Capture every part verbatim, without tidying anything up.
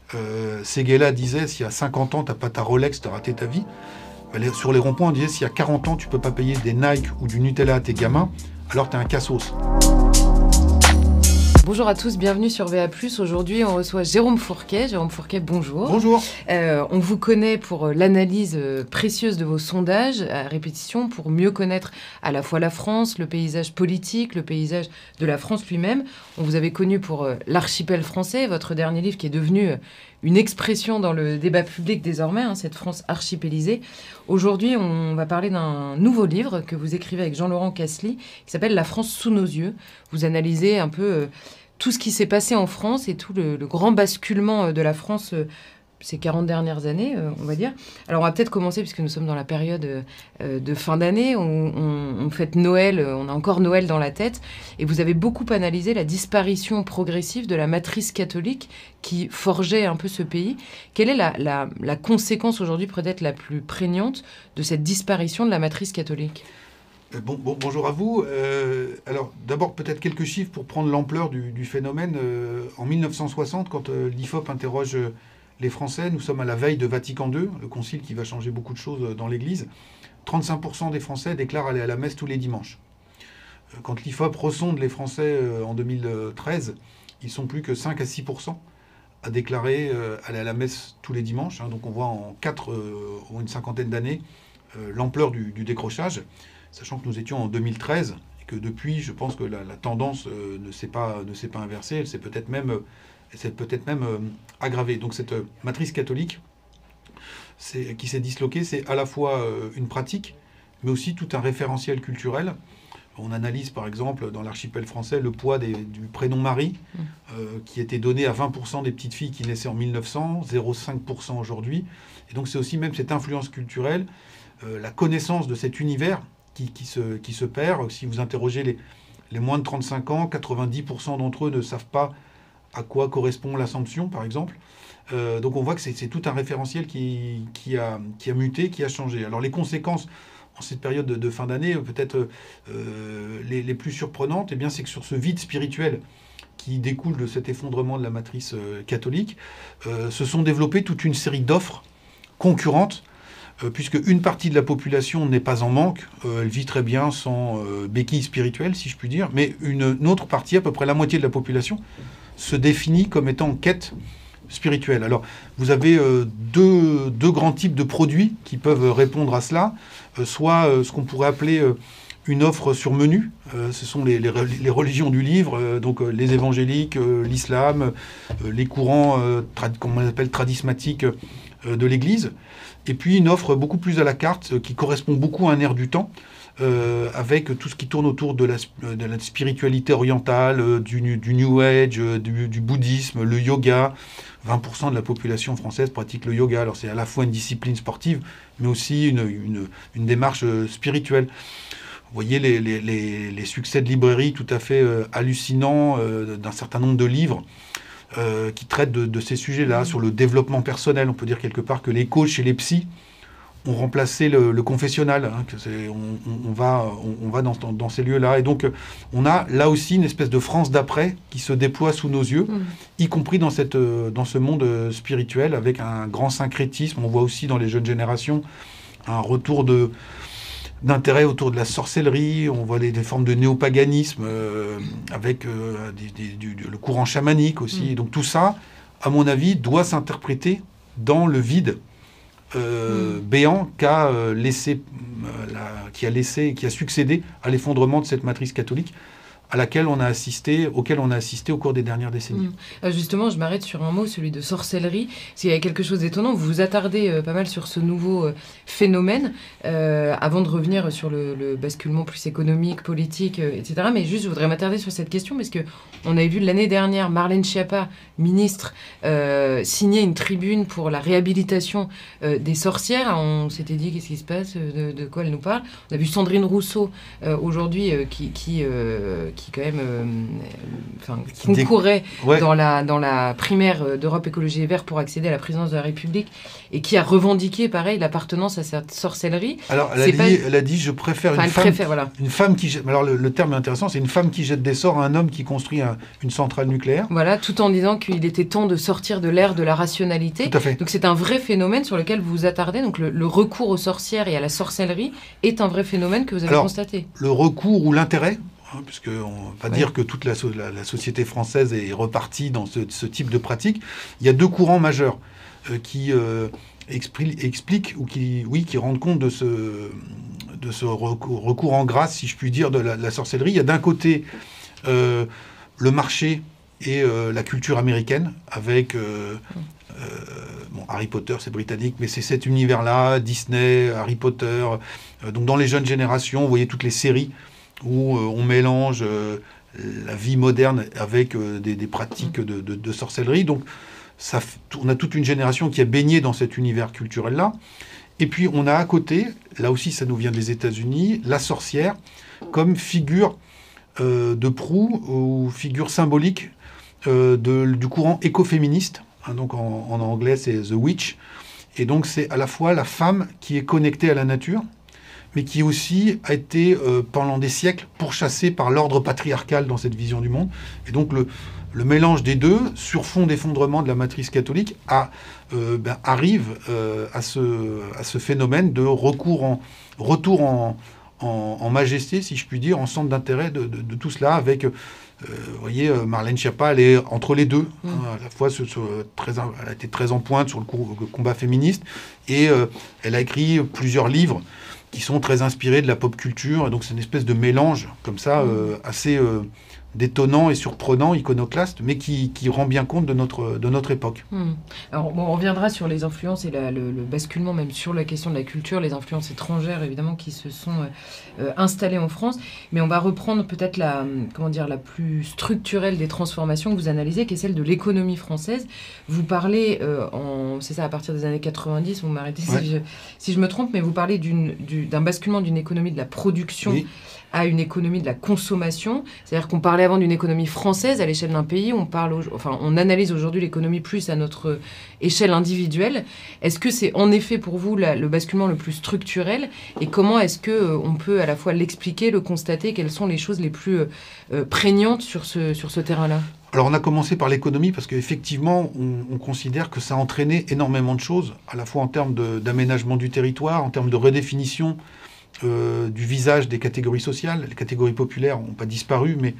Euh, Séguéla disait, s'il y a cinquante ans, tu n'as pas ta Rolex, tu as raté ta vie. Ben, sur les ronds-points, on disait, s'il y a quarante ans, tu ne peux pas payer des Nike ou du Nutella à tes gamins, alors tu es un cassos. Bonjour à tous, bienvenue sur V A plus. Aujourd'hui, on reçoit Jérôme Fourquet. Jérôme Fourquet, bonjour. Bonjour. Euh, on vous connaît pour l'analyse précieuse de vos sondages à répétition pour mieux connaître à la fois la France, le paysage politique, le paysage de la France lui-même. On vous avait connu pour l'archipel français, votre dernier livre qui est devenu une expression dans le débat public désormais, hein, cette France archipélisée. Aujourd'hui, on va parler d'un nouveau livre que vous écrivez avec Jean-Laurent Casely qui s'appelle « La France sous nos yeux ». Vous analysez un peu euh, tout ce qui s'est passé en France et tout le, le grand basculement de la France euh, ces quarante dernières années, euh, on va dire. Alors, on va peut-être commencer, puisque nous sommes dans la période euh, de fin d'année. On, on, on fête Noël, on a encore Noël dans la tête. Et vous avez beaucoup analysé la disparition progressive de la matrice catholique qui forgeait un peu ce pays. Quelle est la, la, la conséquence aujourd'hui, peut-être la plus prégnante, de cette disparition de la matrice catholique ? Bon, bon, bonjour à vous. Euh, alors, d'abord, peut-être quelques chiffres pour prendre l'ampleur du, du phénomène. Euh, en mille neuf cent soixante, quand euh, l'I F O P interroge euh, les Français, nous sommes à la veille de Vatican deux, le concile qui va changer beaucoup de choses dans l'Église. trente-cinq pour cent des Français déclarent aller à la messe tous les dimanches. Euh, quand l'I F O P ressonde les Français euh, en deux mille treize, ils sont plus que cinq à six pour cent à déclarer euh, aller à la messe tous les dimanches. Hein. Donc, on voit en quatre euh, ou une cinquantaine d'années euh, l'ampleur du, du décrochage. Sachant que nous étions en deux mille treize et que depuis, je pense que la, la tendance euh, ne s'est pas, ne s'est pas inversée, elle s'est peut-être même, elle s'est peut-être même euh, aggravée. Donc cette euh, matrice catholique c'est, qui s'est disloquée, c'est à la fois euh, une pratique, mais aussi tout un référentiel culturel. On analyse par exemple dans l'archipel français le poids des, du prénom Marie, euh, qui était donné à vingt pour cent des petites filles qui naissaient en mille neuf cents, zéro virgule cinq pour cent aujourd'hui. Et donc c'est aussi même cette influence culturelle, euh, la connaissance de cet univers, Qui, qui, se, qui se perd. Si vous interrogez les, les moins de trente-cinq ans, quatre-vingt-dix pour cent d'entre eux ne savent pas à quoi correspond l'Assomption, par exemple. Euh, donc on voit que c'est, c'est tout un référentiel qui, qui, a, qui a muté, qui a changé. Alors les conséquences en cette période de, de fin d'année, peut-être euh, les, les plus surprenantes, eh bien, c'est que sur ce vide spirituel qui découle de cet effondrement de la matrice euh, catholique, euh, se sont développées toute une série d'offres concurrentes, puisque une partie de la population n'est pas en manque, euh, elle vit très bien sans euh, béquille spirituelle, si je puis dire, mais une, une autre partie, à peu près la moitié de la population, se définit comme étant en quête spirituelle. Alors, vous avez euh, deux, deux grands types de produits qui peuvent répondre à cela, euh, soit euh, ce qu'on pourrait appeler euh, une offre sur menu, euh, ce sont les, les, les religions du livre, euh, donc euh, les évangéliques, euh, l'islam, euh, les courants, euh, trad- comme on appelle, tradismatiques euh, de l'Église. Et puis une offre beaucoup plus à la carte, qui correspond beaucoup à un air du temps, euh, avec tout ce qui tourne autour de la, de la spiritualité orientale, du, du New Age, du, du bouddhisme, le yoga. vingt pour cent de la population française pratique le yoga. Alors c'est à la fois une discipline sportive, mais aussi une, une, une démarche spirituelle. Vous voyez les, les, les, les succès de librairie tout à fait euh, hallucinants euh, d'un certain nombre de livres. Euh, qui traitent de, de ces sujets-là, sur le développement personnel. On peut dire quelque part que les coachs et les psys ont remplacé le, le confessionnal. Hein, que c'est, on, on va, on, on va dans, dans, dans ces lieux-là. Et donc, on a là aussi une espèce de France d'après qui se déploie sous nos yeux, mmh. y compris dans, cette, dans ce monde spirituel, avec un grand syncrétisme. On voit aussi dans les jeunes générations un retour de... d'intérêt autour de la sorcellerie, on voit des, des formes de néopaganisme, euh, avec euh, des, des, du, du, le courant chamanique aussi. Mmh. Donc tout ça, à mon avis, doit s'interpréter dans le vide euh, mmh. béant qu'a, euh, laissé, euh, la, qui, a laissé, qui a succédé à l'effondrement de cette matrice catholique, à laquelle on a assisté, auquel on a assisté au cours des dernières décennies. Mmh. Justement, je m'arrête sur un mot, celui de sorcellerie. S'il y a quelque chose d'étonnant, vous vous attardez euh, pas mal sur ce nouveau euh, phénomène, euh, avant de revenir sur le, le basculement plus économique, politique, euh, et cetera. Mais juste, je voudrais m'attarder sur cette question, parce qu'on avait vu l'année dernière Marlène Schiappa, ministre, euh, signer une tribune pour la réhabilitation euh, des sorcières. On s'était dit, qu'est-ce qui se passe, de, de quoi elle nous parle. On a vu Sandrine Rousseau, euh, aujourd'hui, euh, qui... qui euh, qui quand même euh, enfin, Qui concourait dé... ouais. dans, la, dans la primaire d'Europe Écologie et Verts pour accéder à la présidence de la République et qui a revendiqué, pareil, l'appartenance à cette sorcellerie. Alors, elle a, dit, pas... elle a dit, je préfère enfin, une elle femme, préfère, voilà. une femme qui... Alors, le, le terme est intéressant, c'est une femme qui jette des sorts à un homme qui construit un, une centrale nucléaire. Voilà, tout en disant qu'il était temps de sortir de l'ère de la rationalité. Tout à fait. Donc, c'est un vrai phénomène sur lequel vous vous attardez. Donc, le, le recours aux sorcières et à la sorcellerie est un vrai phénomène que vous avez Alors, constaté. Le recours ou l'intérêt, hein, puisqu'on ne va pas ouais. dire que toute la, la, la société française est repartie dans ce, ce type de pratique. Il y a deux courants majeurs euh, qui euh, expliquent, expliquent ou qui, oui, qui rendent compte de ce, de ce recours, recours en grâce, si je puis dire, de la, de la sorcellerie. Il y a d'un côté euh, le marché et euh, la culture américaine, avec... Euh, Euh, bon, Harry Potter, c'est britannique, mais c'est cet univers-là, Disney, Harry Potter. Euh, donc dans les jeunes générations, vous voyez toutes les séries où euh, on mélange euh, la vie moderne avec euh, des, des pratiques de, de, de sorcellerie. Donc ça, on a toute une génération qui a baigné dans cet univers culturel-là. Et puis on a à côté, là aussi ça nous vient des États-Unis, la sorcière comme figure euh, de proue ou figure symbolique euh, de, du courant écoféministe. Hein, donc en, en anglais, c'est The Witch. Et donc, c'est à la fois la femme qui est connectée à la nature, mais qui aussi a été, euh, pendant des siècles, pourchassée par l'ordre patriarcal dans cette vision du monde. Et donc, le, le mélange des deux, sur fond d'effondrement de la matrice catholique, a, euh, ben, arrive euh, à, ce, à ce phénomène de recours en, retour en, en, en majesté, si je puis dire, en centre d'intérêt de, de, de tout cela, avec... Euh, vous voyez, Marlène Schiappa, elle est entre les deux. Mmh. Hein, à la fois, sur, sur, très, elle a été très en pointe sur le, cours, le combat féministe, et euh, elle a écrit plusieurs livres qui sont très inspirés de la pop culture. Et donc, c'est une espèce de mélange, comme ça, euh, assez euh, détonnant et surprenant, iconoclaste, mais qui, qui rend bien compte de notre, de notre époque. Mmh. Alors, bon, on reviendra sur les influences et la, le, le basculement, même sur la question de la culture, les influences étrangères, évidemment, qui se sont euh, installées en France. Mais on va reprendre peut-être la, comment dire, la plus structurelle des transformations que vous analysez, qui est celle de l'économie française. Vous parlez, euh, en, c'est ça, à partir des années quatre-vingt-dix, vous m'arrêtez ouais. si, je, si je me trompe, mais vous parlez d'une, du, d'un basculement d'une économie de la production oui. à une économie de la consommation. C'est-à-dire qu'on parlait avant d'une économie française à l'échelle d'un pays, on, parle au, enfin, on analyse aujourd'hui l'économie plus à notre échelle individuelle. Est-ce que c'est en effet pour vous la, le basculement le plus structurel, et comment est-ce qu'on euh, peut à la fois l'expliquer, le constater, quelles sont les choses les plus euh, prégnantes sur ce, sur ce terrain-là ? Alors on a commencé par l'économie parce qu'effectivement on, on considère que ça a entraîné énormément de choses, à la fois en termes de, d'aménagement du territoire, en termes de redéfinition Euh, du visage des catégories sociales. Les catégories populaires n'ont pas disparu, mais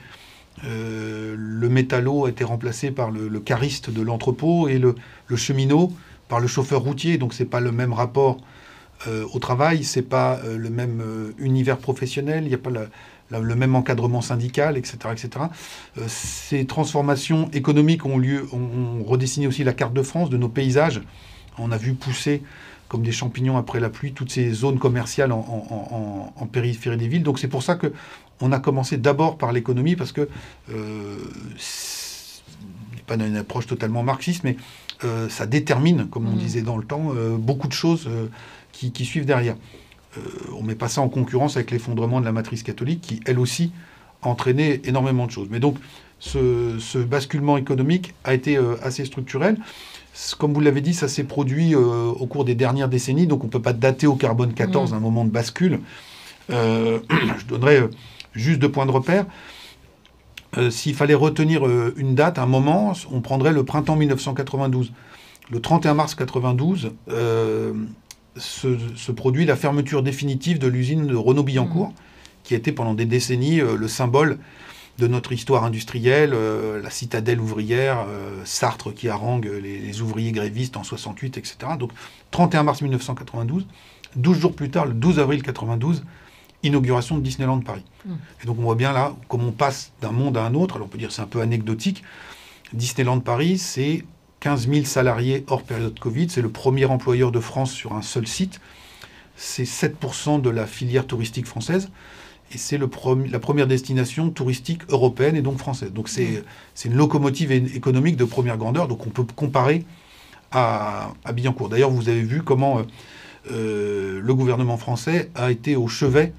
euh, le métallo a été remplacé par le, le cariste de l'entrepôt et le, le cheminot par le chauffeur routier. Donc c'est pas le même rapport euh, au travail, c'est pas euh, le même euh, univers professionnel, il n'y a pas la, la, le même encadrement syndical, et cetera, et cetera. Euh, ces transformations économiques ont lieu, ont, ont redessiné aussi la carte de France, de nos paysages. On a vu pousser comme des champignons après la pluie, toutes ces zones commerciales en, en, en, en périphérie des villes. Donc c'est pour ça qu'on a commencé d'abord par l'économie, parce que euh, c'est pas une approche totalement marxiste, mais euh, ça détermine, comme on mmh. disait dans le temps, euh, beaucoup de choses euh, qui, qui suivent derrière. Euh, on ne met pas ça en concurrence avec l'effondrement de la matrice catholique, qui, elle aussi, a entraîné énormément de choses. Mais donc, ce, ce basculement économique a été euh, assez structurel. Comme vous l'avez dit, ça s'est produit euh, au cours des dernières décennies, donc on ne peut pas dater au carbone quatorze mmh. un moment de bascule. Euh, je donnerai euh, juste deux points de repère. Euh, s'il fallait retenir euh, une date, un moment, on prendrait le printemps mille neuf cent quatre-vingt-douze. Le trente et un mars quatre-vingt-douze euh, se, se produit la fermeture définitive de l'usine de Renault-Billancourt, mmh. qui a été pendant des décennies euh, le symbole de notre histoire industrielle, euh, la citadelle ouvrière, euh, Sartre qui harangue les, les ouvriers grévistes en soixante-huit, et cetera. Donc, trente et un mars mille neuf cent quatre-vingt-douze, douze jours plus tard, le douze avril quatre-vingt-douze, inauguration de Disneyland Paris. Mmh. Et donc, on voit bien là, comme on passe d'un monde à un autre, alors on peut dire que c'est un peu anecdotique, Disneyland Paris, c'est quinze mille salariés hors période Covid, c'est le premier employeur de France sur un seul site, c'est sept pour cent de la filière touristique française, et c'est le prom- la première destination touristique européenne et donc française. Donc c'est, mmh. c'est une locomotive économique de première grandeur, donc on peut comparer à, à Billancourt. D'ailleurs, vous avez vu comment euh, euh, le gouvernement français a été au chevet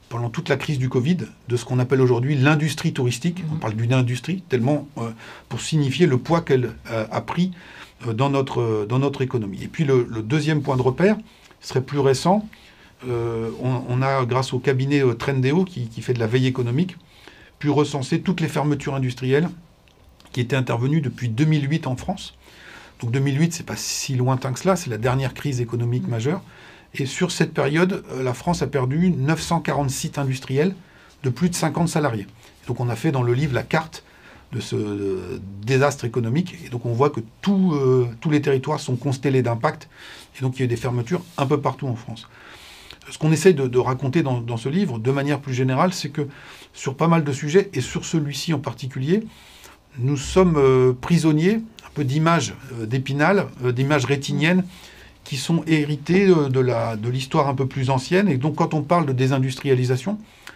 pendant toute la crise du Covid, de ce qu'on appelle aujourd'hui l'industrie touristique. On parle d'une industrie, tellement euh, pour signifier le poids qu'elle euh, a pris euh, dans, notre, euh, dans notre économie. Et puis le, le deuxième point de repère serait plus récent. Euh, on, on a, grâce au cabinet euh, Trendéo, qui, qui fait de la veille économique, pu recenser toutes les fermetures industrielles qui étaient intervenues depuis deux mille huit en France. Donc deux mille huit, c'est pas si lointain que cela, c'est la dernière crise économique majeure. Et sur cette période, la France a perdu neuf cent quarante sites industriels de plus de cinquante salariés. Donc on a fait dans le livre la carte de ce euh, désastre économique. Et donc on voit que tout, euh, tous les territoires sont constellés d'impact. Et donc il y a eu des fermetures un peu partout en France. Ce qu'on essaye de, de raconter dans, dans ce livre, de manière plus générale, c'est que sur pas mal de sujets, et sur celui-ci en particulier, nous sommes euh, prisonniers un peu d'images euh, d'Épinal, euh, d'images rétiniennes, qui sont héritées de, la, de l'histoire un peu plus ancienne. Et donc, quand on parle de désindustrialisation,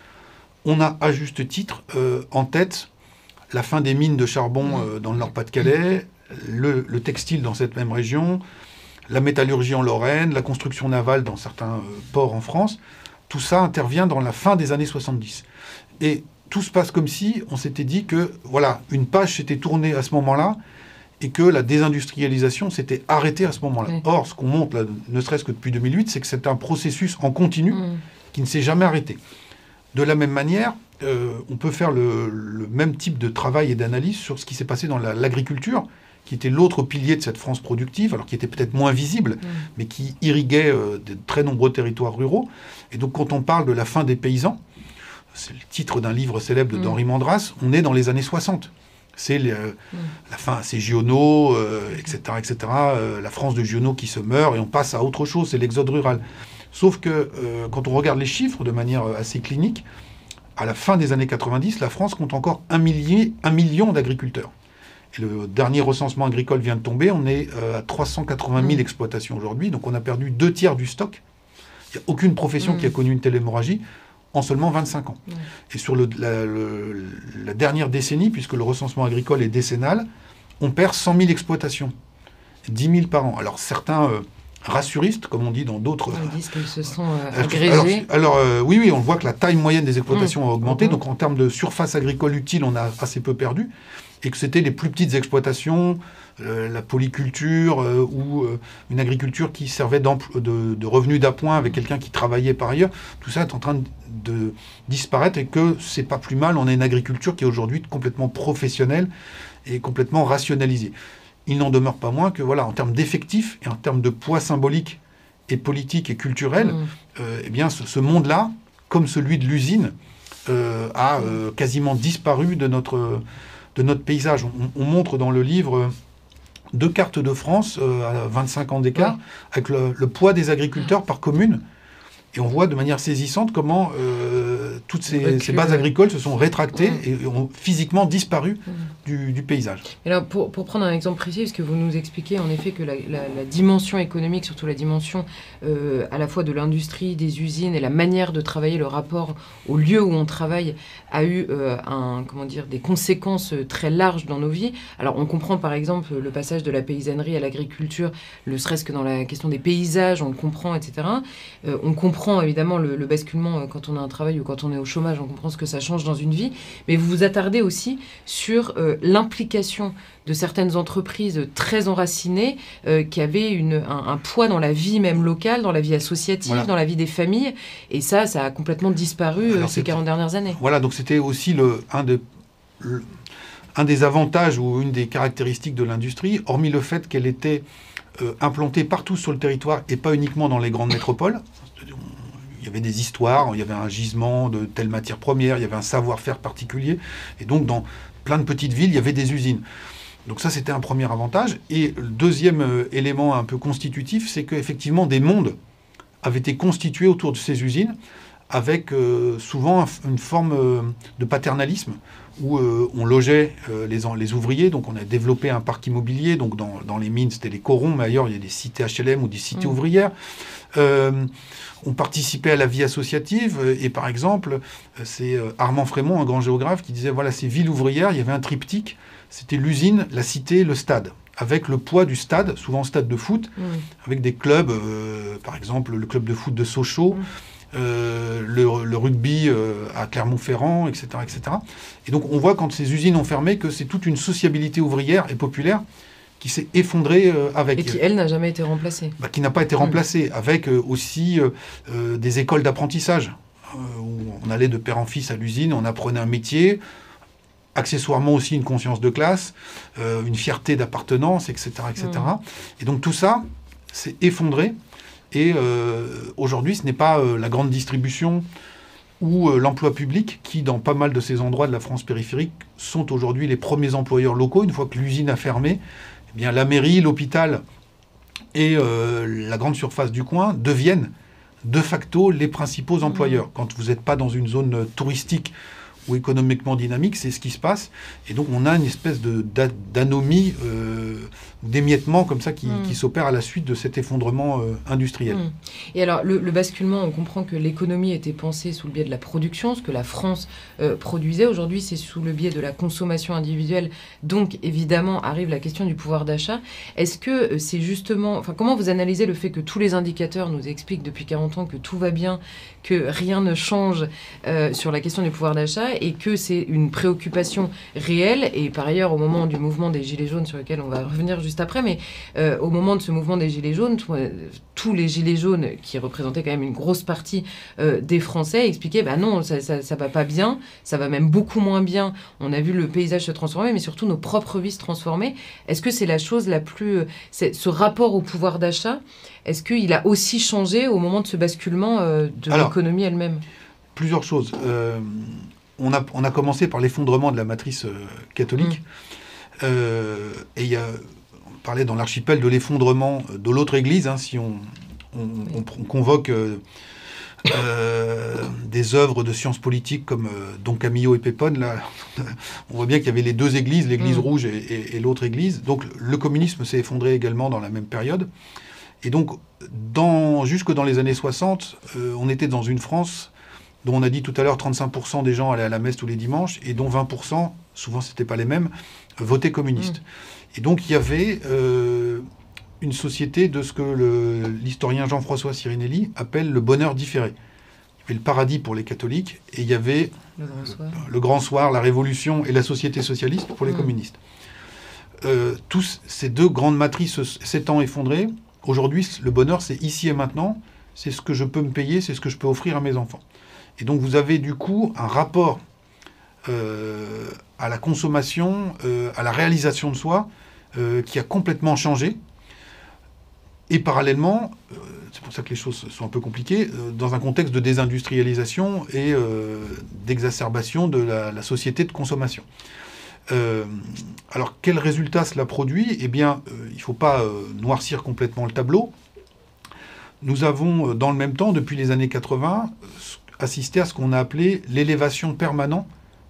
on a à juste titre euh, en tête la fin des mines de charbon euh, dans le Nord-Pas-de-Calais, le, le textile dans cette même région, la métallurgie en Lorraine, la construction navale dans certains euh, ports en France. Tout ça intervient dans la fin des années soixante-dix. Et tout se passe comme si on s'était dit que, voilà, une page s'était tournée à ce moment-là, et que la désindustrialisation s'était arrêtée à ce moment-là. Oui. Or, ce qu'on montre, là, ne serait-ce que depuis deux mille huit, c'est que c'est un processus en continu mmh. qui ne s'est jamais arrêté. De la même manière, euh, on peut faire le, le même type de travail et d'analyse sur ce qui s'est passé dans la, l'agriculture, qui était l'autre pilier de cette France productive, alors qui était peut-être moins visible, mmh. mais qui irriguait euh, de très nombreux territoires ruraux. Et donc, quand on parle de la fin des paysans, c'est le titre d'un livre célèbre mmh. d'Henri Mandras, on est dans les années soixante. C'est les, euh, mmh. la fin, c'est Giono, euh, et cetera, et cetera. Euh, la France de Giono qui se meurt et on passe à autre chose, c'est l'exode rural. Sauf que euh, quand on regarde les chiffres de manière assez clinique, à la fin des années quatre-vingt-dix, la France compte encore un, millier, un million d'agriculteurs. Et le dernier recensement agricole vient de tomber, on est euh, à trois cent quatre-vingt mille mmh. exploitations aujourd'hui, donc on a perdu deux tiers du stock. Il n'y a aucune profession mmh. qui a connu une telle hémorragie en seulement vingt-cinq ans. Mmh. Et sur le, la, le, la dernière décennie, puisque le recensement agricole est décennal, on perd cent mille exploitations, dix mille par an. Alors certains euh, rassuristes, comme on dit dans d'autres... Ils disent qu'ils se sont euh, agrégés. Alors, alors euh, oui, oui, on voit que la taille moyenne des exploitations mmh. a augmenté, mmh. donc en termes de surface agricole utile, on a assez peu perdu, et que c'était les plus petites exploitations, euh, la polyculture euh, ou euh, une agriculture qui servait de, de revenus d'appoint avec quelqu'un qui travaillait par ailleurs. Tout ça est en train de, de disparaître et que c'est pas plus mal. On a une agriculture qui est aujourd'hui complètement professionnelle et complètement rationalisée. Il n'en demeure pas moins que, voilà, en termes d'effectifs et en termes de poids symbolique et politique et culturel, mmh. euh, eh bien, ce, ce monde-là, comme celui de l'usine, euh, a euh, quasiment disparu de notre... de notre paysage. On, on montre dans le livre deux cartes de France euh, à vingt-cinq ans d'écart, oui. avec le, le poids des agriculteurs par commune. Et on voit de manière saisissante comment euh, toutes ces, ces bases agricoles se sont rétractées mmh. et ont physiquement disparu mmh. du, du paysage. Et là, pour, pour prendre un exemple précis, parce que vous nous expliquez en effet que la, la, la dimension économique, surtout la dimension euh, à la fois de l'industrie, des usines et la manière de travailler, le rapport au lieu où on travaille, a eu euh, un, comment dire, des conséquences très larges dans nos vies. Alors on comprend par exemple le passage de la paysannerie à l'agriculture, ne serait-ce que dans la question des paysages, on le comprend, et cetera. Euh, on comprend évidemment le, le basculement quand on a un travail ou quand on est au chômage, on comprend ce que ça change dans une vie, mais vous vous attardez aussi sur euh, l'implication de certaines entreprises très enracinées euh, qui avaient une, un, un poids dans la vie même locale, dans la vie associative, voilà. dans la vie des familles, et ça, ça a complètement disparu euh, ces quarante dernières années. Voilà, donc c'était aussi le, un, de, le, un des avantages ou une des caractéristiques de l'industrie, hormis le fait qu'elle était euh, implantée partout sur le territoire et pas uniquement dans les grandes métropoles. Il y avait des histoires, il y avait un gisement de telle matière première, il y avait un savoir-faire particulier. Et donc, dans plein de petites villes, il y avait des usines. Donc ça, c'était un premier avantage. Et le deuxième euh, élément un peu constitutif, c'est qu'effectivement, des mondes avaient été constitués autour de ces usines avec euh, souvent un, une forme euh, de paternalisme où euh, on logeait euh, les, les ouvriers. Donc, on a développé un parc immobilier. Donc, dans, dans les mines, c'était les corons, mais ailleurs, il y a des cités H L M ou des cités mmh. ouvrières. Euh, on participait à la vie associative et par exemple, c'est Armand Frémont, un grand géographe, qui disait voilà, ces villes ouvrières, il y avait un triptyque, c'était l'usine, la cité, le stade, avec le poids du stade, souvent stade de foot, mmh. avec des clubs, euh, par exemple le club de foot de Sochaux, mmh. euh, le, le rugby euh, à Clermont-Ferrand, et cetera, et cetera. Et donc on voit quand ces usines ont fermé que c'est toute une sociabilité ouvrière et populaire qui s'est effondrée euh, avec. Et qui, elle, n'a jamais été remplacée. Bah, qui n'a pas été remplacée, mmh. avec euh, aussi euh, euh, des écoles d'apprentissage, euh, où on allait de père en fils à l'usine, on apprenait un métier, accessoirement aussi une conscience de classe, euh, une fierté d'appartenance, et cetera, et cetera. Mmh. Et donc tout ça s'est effondré. Et euh, aujourd'hui, ce n'est pas euh, la grande distribution ou euh, l'emploi public qui, dans pas mal de ces endroits de la France périphérique, sont aujourd'hui les premiers employeurs locaux. Une fois que l'usine a fermé, eh bien, la mairie, l'hôpital et euh, la grande surface du coin deviennent de facto les principaux employeurs. Mmh. Quand vous n'êtes pas dans une zone touristique ou économiquement dynamique, c'est ce qui se passe. Et donc, on a une espèce de, d'anomie, euh, d'émiettement comme ça qui, mmh. qui s'opère à la suite de cet effondrement euh, industriel. Mmh. Et alors, le, le basculement, on comprend que l'économie était pensée sous le biais de la production, ce que la France euh, produisait. Aujourd'hui, c'est sous le biais de la consommation individuelle. Donc, évidemment, arrive la question du pouvoir d'achat. Est-ce que c'est justement... Enfin, comment vous analysez le fait que tous les indicateurs nous expliquent depuis quarante ans que tout va bien, que rien ne change euh, sur la question du pouvoir d'achat et que c'est une préoccupation réelle. Et par ailleurs, au moment du mouvement des Gilets jaunes, sur lequel on va revenir juste après, mais euh, au moment de ce mouvement des Gilets jaunes, tout, euh, tous les Gilets jaunes, qui représentaient quand même une grosse partie euh, des Français, expliquaient bah non, ça, ça, ça va pas bien, ça va même beaucoup moins bien. On a vu le paysage se transformer, mais surtout nos propres vies se transformer. Est-ce que c'est la chose la plus... C'est, ce rapport au pouvoir d'achat, est-ce qu'il a aussi changé au moment de ce basculement euh, de Alors, l'économie elle-même ? Plusieurs choses. Euh, on, a, on a commencé par l'effondrement de la matrice euh, catholique. Mmh. Euh, et il y a... On parlait dans l'archipel de l'effondrement de l'autre église, hein, si on, on, on, on convoque euh, euh, des œuvres de sciences politiques comme euh, Don Camillo et Pépone, là, on voit bien qu'il y avait les deux églises, l'église mmh. rouge et, et, et l'autre église. Donc le communisme s'est effondré également dans la même période. Et donc, dans, jusque dans les années soixante, euh, on était dans une France dont on a dit tout à l'heure trente-cinq pour cent des gens allaient à la messe tous les dimanches, et dont vingt pour cent, souvent c'était pas les mêmes, votaient communistes. Mmh. Et donc il y avait euh, une société de ce que le, l'historien Jean-François Sirinelli appelle le bonheur différé. Il y avait le paradis pour les catholiques, et il y avait le grand soir, le, le grand soir la révolution et la société socialiste pour les mmh. communistes. Euh, tous ces deux grandes matrices s'étant effondrées, aujourd'hui, le bonheur, c'est ici et maintenant, c'est ce que je peux me payer, c'est ce que je peux offrir à mes enfants. Et donc vous avez du coup un rapport euh, à la consommation, euh, à la réalisation de soi, euh, qui a complètement changé. Et parallèlement, euh, c'est pour ça que les choses sont un peu compliquées, euh, dans un contexte de désindustrialisation et euh, d'exacerbation de la, la société de consommation. Euh, alors quel résultat cela produit ? Eh bien, euh, il ne faut pas euh, noircir complètement le tableau. Nous avons, euh, dans le même temps, depuis les années quatre-vingts, assisté à ce qu'on a appelé l'élévation permanente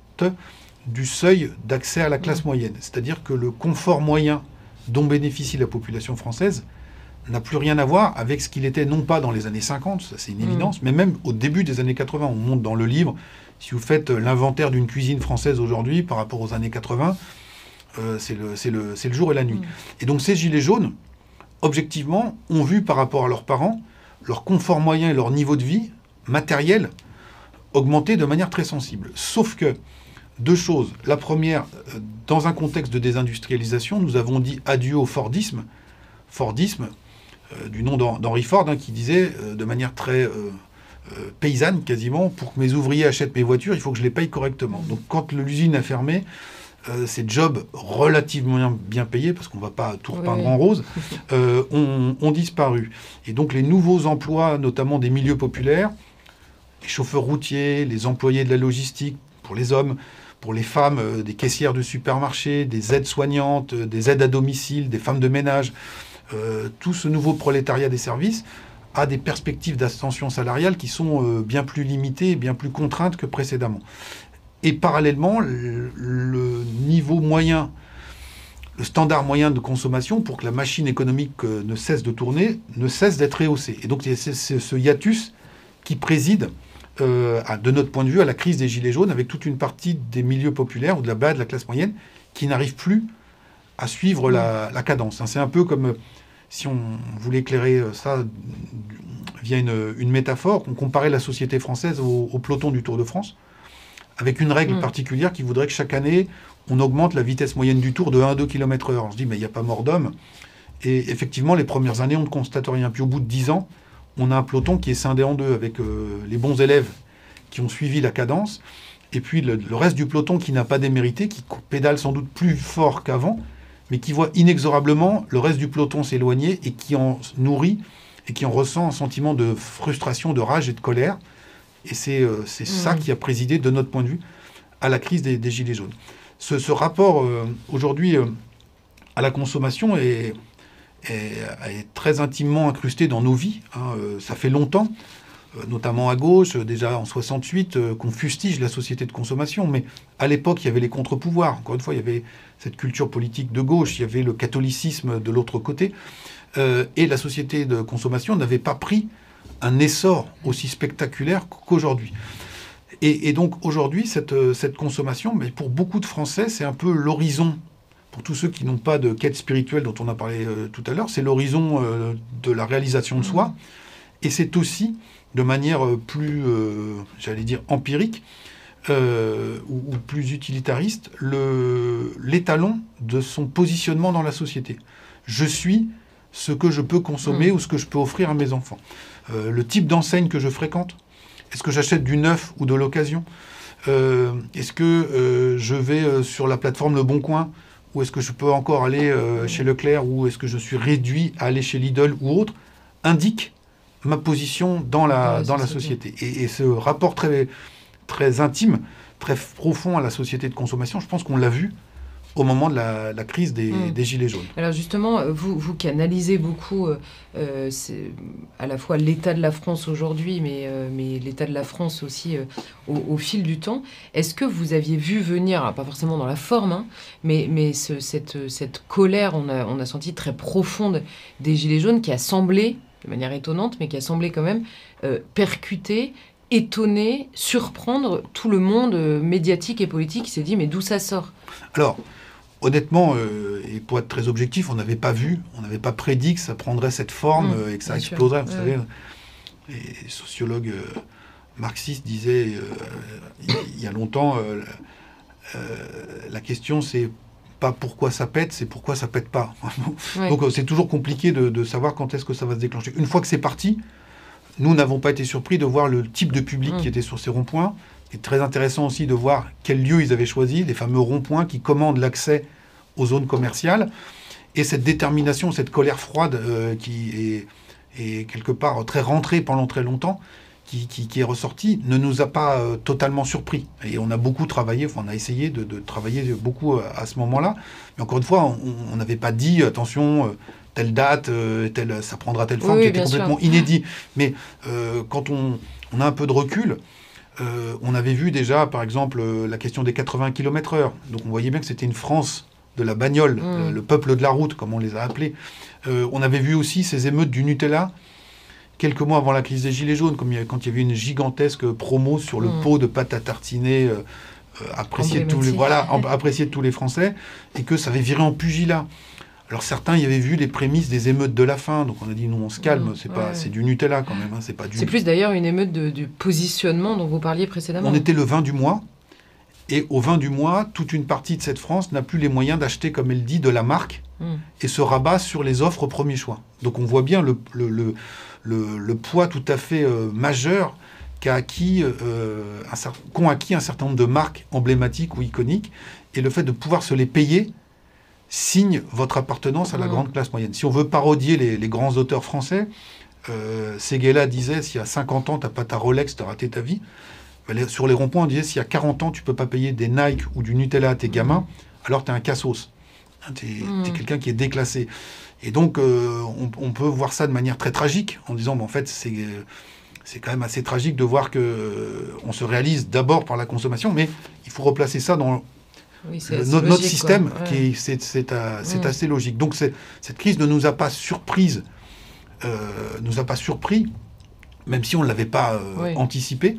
du seuil d'accès à la classe moyenne. C'est-à-dire que le confort moyen dont bénéficie la population française n'a plus rien à voir avec ce qu'il était, non pas dans les années cinquante, ça c'est une évidence, mmh. mais même au début des années quatre-vingts. On monte dans le livre, si vous faites l'inventaire d'une cuisine française aujourd'hui par rapport aux années quatre-vingts, euh, c'est, le, c'est, le, c'est le jour et la nuit. Mmh. Et donc ces gilets jaunes, objectivement, ont vu par rapport à leurs parents, leur confort moyen et leur niveau de vie matériel augmenter de manière très sensible. Sauf que, deux choses. La première, dans un contexte de désindustrialisation, nous avons dit adieu au Fordisme. Fordisme, euh, du nom d'Henry Ford, hein, qui disait euh, de manière très euh, euh, paysanne quasiment, pour que mes ouvriers achètent mes voitures, il faut que je les paye correctement. Donc quand l'usine a fermé, euh, ces jobs relativement bien payés, parce qu'on ne va pas tout repeindre oui. en rose, euh, ont, ont disparu. Et donc les nouveaux emplois, notamment des milieux populaires, les chauffeurs routiers, les employés de la logistique pour les hommes, pour les femmes, euh, des caissières de supermarchés, des aides-soignantes, euh, des aides à domicile, des femmes de ménage, euh, tout ce nouveau prolétariat des services a des perspectives d'ascension salariale qui sont euh, bien plus limitées et bien plus contraintes que précédemment. Et parallèlement, le, le niveau moyen, le standard moyen de consommation, pour que la machine économique euh, ne cesse de tourner, ne cesse d'être rehaussé. Et donc c'est, c'est, c'est ce hiatus qui préside Euh, à, de notre point de vue, à la crise des Gilets jaunes, avec toute une partie des milieux populaires ou de la base de la classe moyenne qui n'arrive plus à suivre la, la cadence. C'est un peu comme si on voulait éclairer ça via une, une métaphore. On comparait la société française au, au peloton du Tour de France, avec une règle mmh. particulière qui voudrait que chaque année, on augmente la vitesse moyenne du Tour de un à deux kilomètres heure. On se dit, mais il n'y a pas mort d'homme. Et effectivement, les premières années, on ne constate rien. Puis au bout de dix ans, on a un peloton qui est scindé en deux, avec euh, les bons élèves qui ont suivi la cadence, et puis le, le reste du peloton qui n'a pas démérité, qui pédale sans doute plus fort qu'avant, mais qui voit inexorablement le reste du peloton s'éloigner et qui en nourrit et qui en ressent un sentiment de frustration, de rage et de colère. Et c'est euh, c'est mmh. ça qui a présidé, de notre point de vue, à la crise des, des Gilets jaunes. Ce, ce rapport, euh, aujourd'hui, euh, à la consommation est, est, est très intimement incrusté dans nos vies. Hein. Euh, ça fait longtemps, euh, notamment à gauche, euh, déjà en soixante-huit, euh, qu'on fustige la société de consommation. Mais à l'époque, il y avait les contre-pouvoirs. Encore une fois, il y avait cette culture politique de gauche, il y avait le catholicisme de l'autre côté. Euh, et la société de consommation n'avait pas pris un essor aussi spectaculaire qu'aujourd'hui. Et, et donc aujourd'hui, cette, cette consommation, mais pour beaucoup de Français, c'est un peu l'horizon. Pour tous ceux qui n'ont pas de quête spirituelle dont on a parlé euh, tout à l'heure, c'est l'horizon euh, de la réalisation de soi. Et c'est aussi, de manière plus, euh, j'allais dire, empirique, euh, ou, ou plus utilitariste, le, l'étalon de son positionnement dans la société. Je suis ce que je peux consommer mmh. ou ce que je peux offrir à mes enfants. Euh, le type d'enseigne que je fréquente. Est-ce que j'achète du neuf ou de l'occasion ? euh, Est-ce que euh, je vais euh, sur la plateforme Le Bon Coin ? Ou est-ce que je peux encore aller euh, chez Leclerc ? Ou est-ce que je suis réduit à aller chez Lidl ou autre ? Indique ma position dans la, ouais, dans la société. Et, et ce rapport très, très intime, très profond à la société de consommation, je pense qu'on l'a vu au moment de la, la crise des, mmh. des Gilets jaunes. Alors justement, vous, vous qui analysez beaucoup euh, c'est à la fois l'état de la France aujourd'hui, mais, euh, mais l'état de la France aussi euh, au, au fil du temps, est-ce que vous aviez vu venir, pas forcément dans la forme, hein, mais, mais ce, cette, cette colère, on a, on a senti très profonde des Gilets jaunes, qui a semblé, de manière étonnante, mais qui a semblé quand même euh, percuter, étonner, surprendre tout le monde euh, médiatique et politique qui s'est dit, mais d'où ça sort ? Alors, honnêtement, euh, et pour être très objectif, on n'avait pas vu, on n'avait pas prédit que ça prendrait cette forme mmh, euh, et que ça exploserait. Vous ouais. savez, les sociologues euh, marxistes disaient euh, il, il y a longtemps, euh, euh, la question c'est pas pourquoi ça pète, c'est pourquoi ça pète pas. Ouais. Donc euh, c'est toujours compliqué de, de savoir quand est-ce que ça va se déclencher. Une fois que c'est parti, nous n'avons pas été surpris de voir le type de public mmh. qui était sur ces ronds-points. C'est très intéressant aussi de voir quel lieu ils avaient choisi, les fameux ronds-points qui commandent l'accès aux zones commerciales. Et cette détermination, cette colère froide euh, qui est, est quelque part très rentrée pendant très longtemps, qui, qui, qui est ressortie, ne nous a pas euh, totalement surpris. Et on a beaucoup travaillé, enfin on a essayé de, de travailler beaucoup à, à ce moment-là. Mais encore une fois, on n'avait pas dit, attention, euh, telle date, euh, telle, ça prendra telle forme, oui, qui était complètement sûr. inédit. Mais euh, quand on, on a un peu de recul, Euh, on avait vu déjà, par exemple, euh, la question des quatre-vingts kilomètres heure. Donc on voyait bien que c'était une France de la bagnole, mmh. le, le peuple de la route, comme on les a appelés. Euh, on avait vu aussi ces émeutes du Nutella, quelques mois avant la crise des Gilets jaunes, comme il y avait, quand il y avait une gigantesque promo sur le mmh. pot de pâte à tartiner, euh, euh, apprécié, de tous les, voilà, apprécié de tous les Français, et que ça avait viré en pugilat. Alors certains y avaient vu les prémices des émeutes de la faim, donc on a dit non, on se calme, mmh, c'est pas, ouais. c'est du Nutella quand même, hein, c'est pas du. C'est plus d'ailleurs une émeute de, du positionnement dont vous parliez précédemment. On était le vingt du mois, et au vingt du mois, toute une partie de cette France n'a plus les moyens d'acheter, comme elle dit, de la marque, mmh. et se rabat sur les offres premier choix. Donc on voit bien le, le, le, le, le poids tout à fait euh, majeur qu'a acquis, euh, un, qu'ont acquis un certain nombre de marques emblématiques ou iconiques, et le fait de pouvoir se les payer signe votre appartenance à la mmh. grande classe moyenne. Si on veut parodier les, les grands auteurs français, euh, Séguéla disait, s'il y a cinquante ans, tu n'as pas ta Rolex, tu as raté ta vie. Ben, sur les ronds-points, on disait, s'il y a quarante ans, tu ne peux pas payer des Nike ou du Nutella à tes gamins, alors tu es un cassos. Hein, tu es mmh. quelqu'un qui est déclassé. Et donc, euh, on, on peut voir ça de manière très tragique, en disant, ben, en fait, c'est, c'est quand même assez tragique de voir qu'on euh, se réalise d'abord par la consommation, mais il faut replacer ça dans... Oui, c'est le, notre, logique, notre système, ouais. qui est, c'est, c'est, à, c'est mmh. assez logique. Donc c'est, cette crise ne nous a pas surprise, euh, nous a pas surpris, même si on ne l'avait pas euh, oui. anticipé.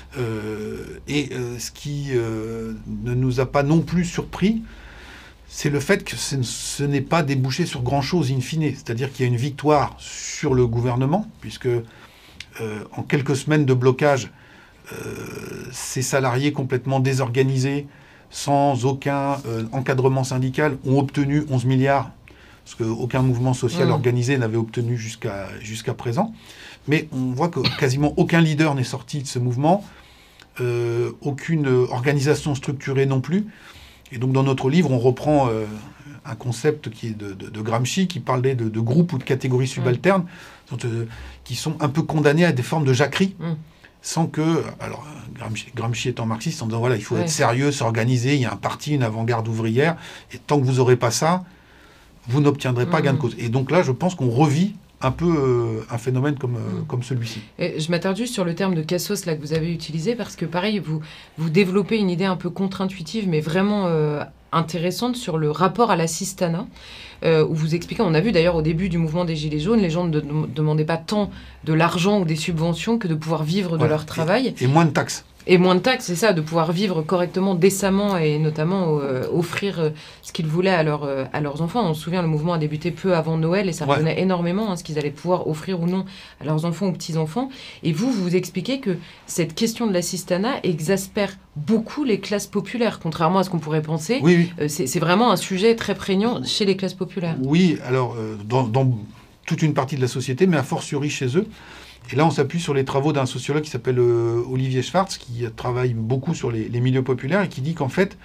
Euh, et euh, ce qui euh, ne nous a pas non plus surpris, c'est le fait que ce, ce n'est pas débouché sur grand-chose in fine. C'est-à-dire qu'il y a une victoire sur le gouvernement, puisque euh, en quelques semaines de blocage, euh, ces salariés complètement désorganisés, sans aucun euh, encadrement syndical, ont obtenu onze milliards, parce qu'aucun mouvement social mmh. organisé n'avait obtenu jusqu'à jusqu'à présent. Mais on voit que quasiment aucun leader n'est sorti de ce mouvement, euh, aucune organisation structurée non plus. Et donc dans notre livre, on reprend euh, un concept qui est de, de, de Gramsci, qui parlait de, de groupes ou de catégories subalternes, mmh. donc, euh, qui sont un peu condamnés à des formes de jacquerie, mmh. sans que... Alors Gramsci, Gramsci étant marxiste, en disant, voilà, il faut ouais. être sérieux, s'organiser, il y a un parti, une avant-garde ouvrière, et tant que vous n'aurez pas ça, vous n'obtiendrez pas mmh. gain de cause. Et donc là, je pense qu'on revit un peu euh, un phénomène comme, euh, mmh. comme celui-ci. Et je m'attarde juste sur le terme de cassos là, que vous avez utilisé, parce que pareil, vous, vous développez une idée un peu contre-intuitive, mais vraiment euh, intéressante sur le rapport à l'assistanat, euh, où vous expliquez, on a vu d'ailleurs au début du mouvement des Gilets jaunes, les gens ne de, demandaient pas tant de l'argent ou des subventions que de pouvoir vivre de voilà. leur travail. Et, et moins de taxes. Et moins de taxes, c'est ça, de pouvoir vivre correctement, décemment, et notamment euh, offrir euh, ce qu'ils voulaient à, leur, euh, à leurs enfants. On se souvient, le mouvement a débuté peu avant Noël, et ça revenait ouais. énormément, hein, ce qu'ils allaient pouvoir offrir ou non à leurs enfants ou petits-enfants. Et vous, vous vous expliquez que cette question de l'assistanat exaspère beaucoup les classes populaires, contrairement à ce qu'on pourrait penser. Oui, oui. Euh, c'est, c'est vraiment un sujet très prégnant chez les classes populaires. Oui, alors, euh, dans, dans toute une partie de la société, mais a fortiori chez eux. Et là, on s'appuie sur les travaux d'un sociologue qui s'appelle euh, Olivier Schwartz, qui travaille beaucoup sur les, les milieux populaires et qui dit qu'en fait,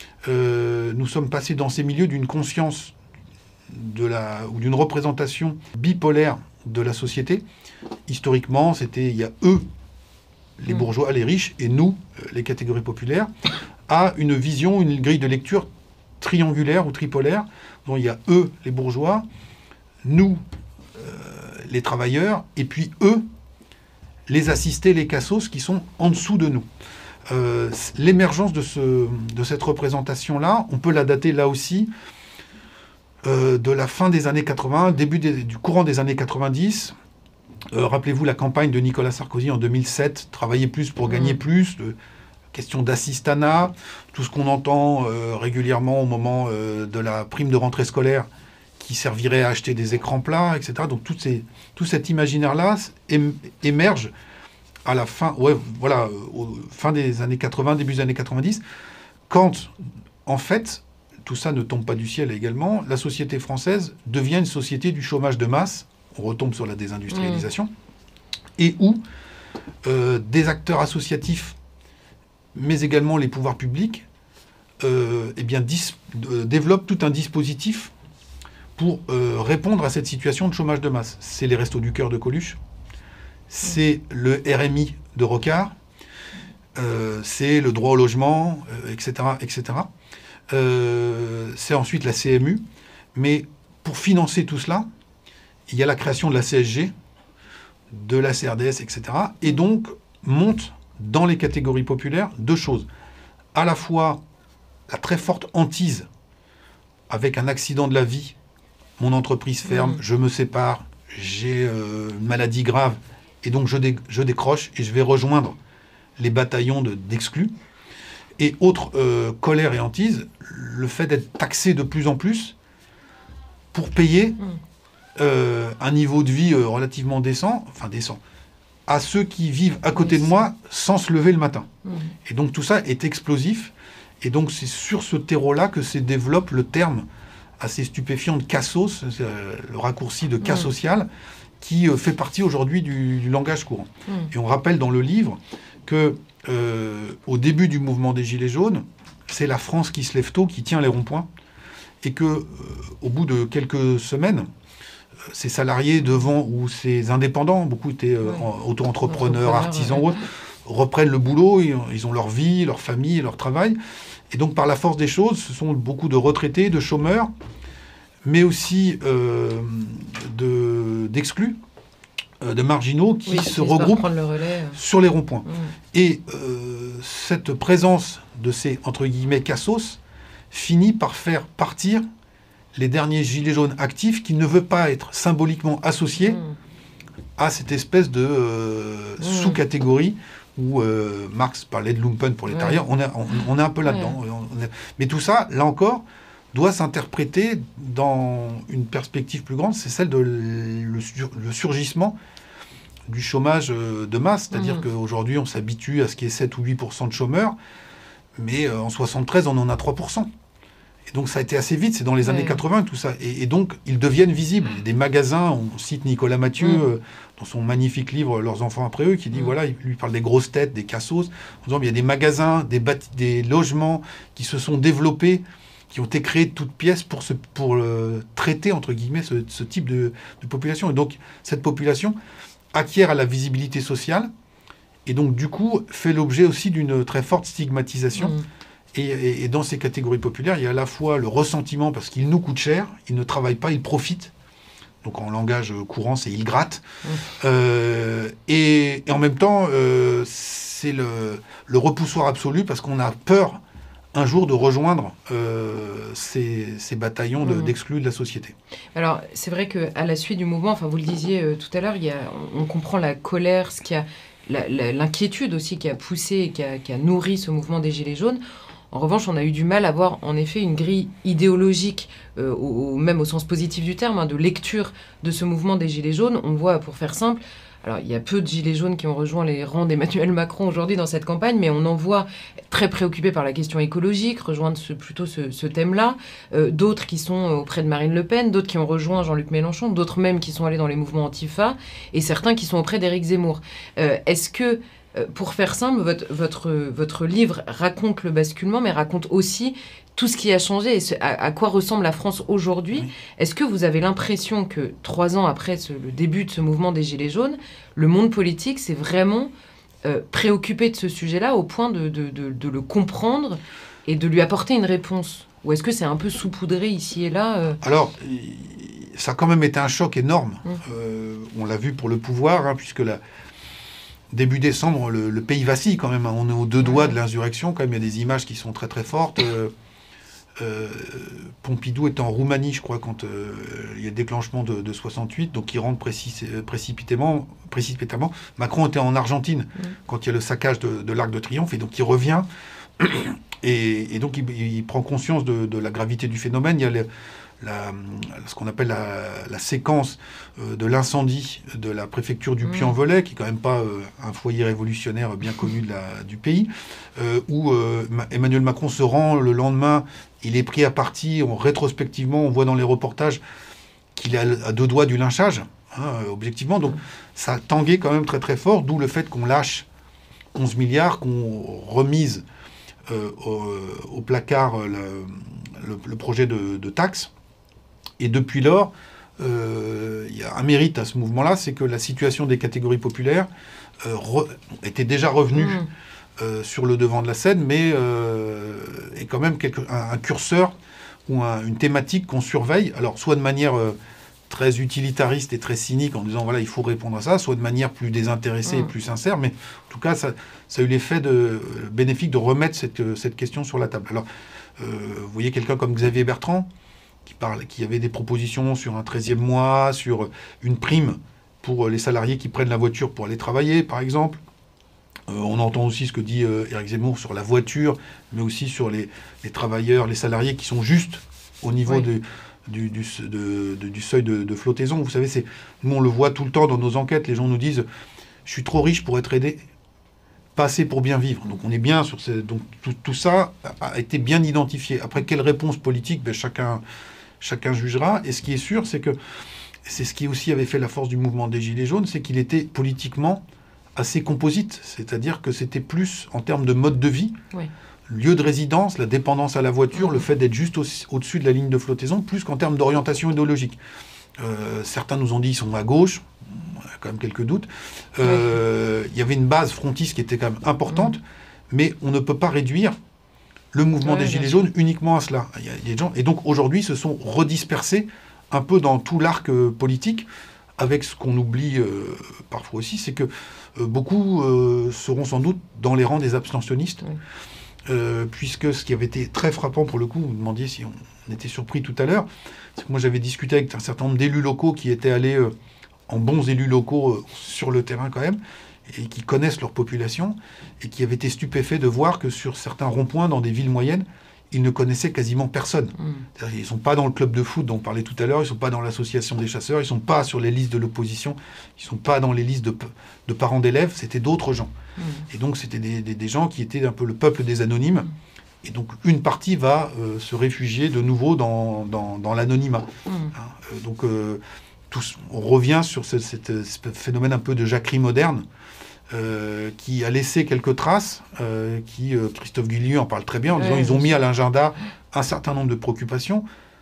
euh, nous sommes passés dans ces milieux d'une conscience de la, ou d'une représentation bipolaire de la société. Historiquement, c'était, il y a eux, les mmh. bourgeois, les riches, et nous, les catégories populaires, à une vision, une grille de lecture triangulaire ou tripolaire, dont il y a eux, les bourgeois, nous, les travailleurs, et puis eux, les assistés, les cassos, qui sont en dessous de nous. Euh, l'émergence de, ce, de cette représentation-là, on peut la dater là aussi euh, de la fin des années quatre-vingts, début des, du courant des années quatre-vingt-dix. Euh, rappelez-vous la campagne de Nicolas Sarkozy en deux mille sept, travailler plus pour gagner mmh. plus, de, question d'assistanat, tout ce qu'on entend euh, régulièrement au moment euh, de la prime de rentrée scolaire, qui servirait à acheter des écrans plats, et cetera. Donc toutes ces, tout cet imaginaire-là ém, émerge à la fin, ouais, voilà, au fin des années quatre-vingts, début des années quatre-vingt-dix, quand, en fait, tout ça ne tombe pas du ciel également, la société française devient une société du chômage de masse, on retombe sur la désindustrialisation, mmh. et où euh, des acteurs associatifs, mais également les pouvoirs publics, euh, eh bien, dis, euh, développent tout un dispositif pour euh, répondre à cette situation de chômage de masse. C'est les Restos du Cœur de Coluche, c'est le R M I de Rocard, euh, c'est le droit au logement, euh, et cetera, et cetera. Euh, c'est ensuite la C M U. Mais pour financer tout cela, il y a la création de la C S G, de la C R D S, et cetera. Et donc, montent dans les catégories populaires deux choses. À la fois, la très forte hantise avec un accident de la vie. Mon entreprise ferme, mmh. je me sépare, j'ai euh, une maladie grave, et donc je, dé, je décroche et je vais rejoindre les bataillons de, d'exclus. Et autre euh, colère et hantise, le fait d'être taxé de plus en plus pour payer mmh. euh, un niveau de vie euh, relativement décent, enfin décent, à ceux qui vivent à côté de moi sans se lever le matin. Mmh. Et donc tout ça est explosif, et donc c'est sur ce terreau-là que se développe le terme assez stupéfiant de cassos, euh, le raccourci de cas mmh. social, qui euh, fait partie aujourd'hui du, du langage courant. Mmh. Et on rappelle dans le livre que euh, au début du mouvement des Gilets jaunes, c'est la France qui se lève tôt, qui tient les ronds-points, et que euh, au bout de quelques semaines, euh, ces salariés devant, ou ces indépendants, beaucoup étaient euh, ouais. auto-entrepreneurs, artisans, ouais. autres, reprennent le boulot, ils, ils ont leur vie, leur famille, leur travail. Et donc, par la force des choses, ce sont beaucoup de retraités, de chômeurs, mais aussi euh, de, d'exclus, euh, de marginaux qui oui, se regroupent le relais. sur les ronds-points. Mmh. Et euh, cette présence de ces, entre guillemets, cassos, finit par faire partir les derniers gilets jaunes actifs qui ne veulent pas être symboliquement associés mmh. à cette espèce de euh, mmh. sous-catégorie où euh, Marx parlait de Lumpenprolétariat, ouais. on, est, on, on est un peu là-dedans. Ouais. Est, mais tout ça, là encore, doit s'interpréter dans une perspective plus grande, c'est celle de le, le surgissement du chômage de masse, c'est-à-dire Mmh. qu'aujourd'hui, on s'habitue à ce qu'il y ait sept ou huit pour cent de chômeurs, mais en soixante-treize, on en a trois pour cent. Et donc ça a été assez vite, c'est dans les ouais. années quatre-vingts tout ça. Et, et donc ils deviennent visibles. Des magasins, on cite Nicolas Mathieu Mmh. euh, dans son magnifique livre Leurs enfants après eux, qui dit, mmh. voilà, il lui parle des grosses têtes, des cassos, en disant, il y a des magasins, des, bâti- des logements qui se sont développés, qui ont été créés de toutes pièces pour, se, pour euh, traiter, entre guillemets, ce, ce type de, de population. Et donc cette population acquiert à la visibilité sociale, et donc du coup fait l'objet aussi d'une très forte stigmatisation. Mmh. Et, et, et dans ces catégories populaires, il y a à la fois le ressentiment parce qu'ils nous coûtent cher, ils ne travaillent pas, ils profitent. Donc en langage courant, c'est ils grattent. Mmh. Euh, et, et en même temps, euh, c'est le, le repoussoir absolu parce qu'on a peur un jour de rejoindre euh, ces, ces bataillons de, mmh. d'exclus de la société. Alors c'est vrai qu'à la suite du mouvement, enfin vous le disiez euh, tout à l'heure, il y a, on, on comprend la colère, ce qui a, la, la, l'inquiétude aussi qui a poussé et qui a, qui a nourri ce mouvement des Gilets jaunes. En revanche, on a eu du mal à voir, en effet, une grille idéologique, euh, au, au, même au sens positif du terme, hein, de lecture de ce mouvement des Gilets jaunes. On voit, pour faire simple, alors il y a peu de Gilets jaunes qui ont rejoint les rangs d'Emmanuel Macron aujourd'hui dans cette campagne, mais on en voit très préoccupés par la question écologique, rejoindre ce, plutôt ce, ce thème-là. Euh, d'autres qui sont auprès de Marine Le Pen, d'autres qui ont rejoint Jean-Luc Mélenchon, d'autres même qui sont allés dans les mouvements Antifa, et certains qui sont auprès d'Éric Zemmour. Euh, est-ce que... Pour faire simple, votre, votre, votre livre raconte le basculement, mais raconte aussi tout ce qui a changé et ce, à, à quoi ressemble la France aujourd'hui. Oui. Est-ce que vous avez l'impression que, trois ans après ce, le début de ce mouvement des Gilets jaunes, le monde politique s'est vraiment euh, préoccupé de ce sujet-là au point de, de, de, de le comprendre et de lui apporter une réponse ? Ou est-ce que c'est un peu saupoudré ici et là euh... Alors, ça a quand même été un choc énorme. Mmh. Euh, on l'a vu pour le pouvoir, hein, puisque la... Début décembre, le, le pays vacille quand même. On est aux deux doigts de l'insurrection. Quand même, il y a des images qui sont très très fortes. Euh, euh, Pompidou était en Roumanie, je crois, quand euh, il y a le déclenchement de, de soixante-huit, donc il rentre précis, précipitamment, précipitamment. Macron était en Argentine mmh. quand il y a le saccage de, de l'Arc de Triomphe, et donc il revient. Et, et donc il, il prend conscience de, de la gravité du phénomène. Il y a le, La, ce qu'on appelle la, la séquence euh, de l'incendie de la préfecture du Puy-en-Velay, qui est quand même pas euh, un foyer révolutionnaire bien connu de la, du pays, euh, où euh, Emmanuel Macron se rend le lendemain, il est pris à partie, on, rétrospectivement, on voit dans les reportages qu'il est à, à deux doigts du lynchage, hein, objectivement, donc ça a tangué quand même très très fort, d'où le fait qu'on lâche onze milliards, qu'on remise euh, au, au placard le, le, le projet de, de taxe. Et depuis lors, euh, il y a un mérite à ce mouvement-là, c'est que la situation des catégories populaires euh, re, était déjà revenue mmh. euh, sur le devant de la scène, mais euh, est quand même quelque, un, un curseur ou un, une thématique qu'on surveille, alors soit de manière euh, très utilitariste et très cynique, en disant voilà, il faut répondre à ça, soit de manière plus désintéressée mmh. et plus sincère, mais en tout cas, ça, ça a eu l'effet de, euh, bénéfique de remettre cette, cette question sur la table. Alors, euh, vous voyez quelqu'un comme Xavier Bertrand, qui parle, qui avait des propositions sur un treizième mois, sur une prime pour les salariés qui prennent la voiture pour aller travailler, par exemple. Euh, on entend aussi ce que dit euh, Éric Zemmour sur la voiture, mais aussi sur les, les travailleurs, les salariés qui sont juste au niveau oui. de, du, du, de, de, du seuil de, de flottaison. Vous savez, c'est, nous, on le voit tout le temps dans nos enquêtes. Les gens nous disent « je suis trop riche pour être aidé ». Pas assez pour bien vivre. Donc on est bien sur ces... Donc tout, tout ça a été bien identifié. Après, quelle réponse politique, ben, chacun... Chacun jugera. Et ce qui est sûr, c'est que c'est ce qui aussi avait fait la force du mouvement des Gilets jaunes, c'est qu'il était politiquement assez composite. C'est-à-dire que c'était plus en termes de mode de vie, oui. lieu de résidence, la dépendance à la voiture, mmh. le fait d'être juste au- au-dessus de la ligne de flottaison, plus qu'en termes d'orientation idéologique. Euh, certains nous ont dit qu'ils sont à gauche. Il y a quand même quelques doutes. Euh, oui. Il y avait une base frontiste qui était quand même importante, mmh. mais on ne peut pas réduire le mouvement ouais, des Gilets jaunes uniquement à cela. Il y a, il y a des gens, et donc aujourd'hui, se sont redispersés un peu dans tout l'arc euh, politique, avec ce qu'on oublie euh, parfois aussi, c'est que euh, beaucoup euh, seront sans doute dans les rangs des abstentionnistes, ouais. euh, puisque ce qui avait été très frappant pour le coup, vous me demandiez si on, on était surpris tout à l'heure, c'est que moi j'avais discuté avec un certain nombre d'élus locaux qui étaient allés euh, en bons élus locaux euh, sur le terrain quand même, et qui connaissent leur population, et qui avaient été stupéfaits de voir que sur certains ronds-points dans des villes moyennes, ils ne connaissaient quasiment personne. Mmh. Ils ne sont pas dans le club de foot dont on parlait tout à l'heure, ils ne sont pas dans l'association des chasseurs, ils ne sont pas sur les listes de l'opposition, ils ne sont pas dans les listes de, de parents d'élèves, c'était d'autres gens. Mmh. Et donc c'était des, des, des gens qui étaient un peu le peuple des anonymes. Mmh. Et donc une partie va euh, se réfugier de nouveau dans, dans, dans l'anonymat. Mmh. Hein, euh, donc euh, tous, on revient sur ce, cette, ce phénomène un peu de jacquerie moderne, Euh, qui a laissé quelques traces, euh, qui, euh, Christophe Guilluy en parle très bien, en disant qu'ils ont mis à l'agenda un certain nombre de préoccupations,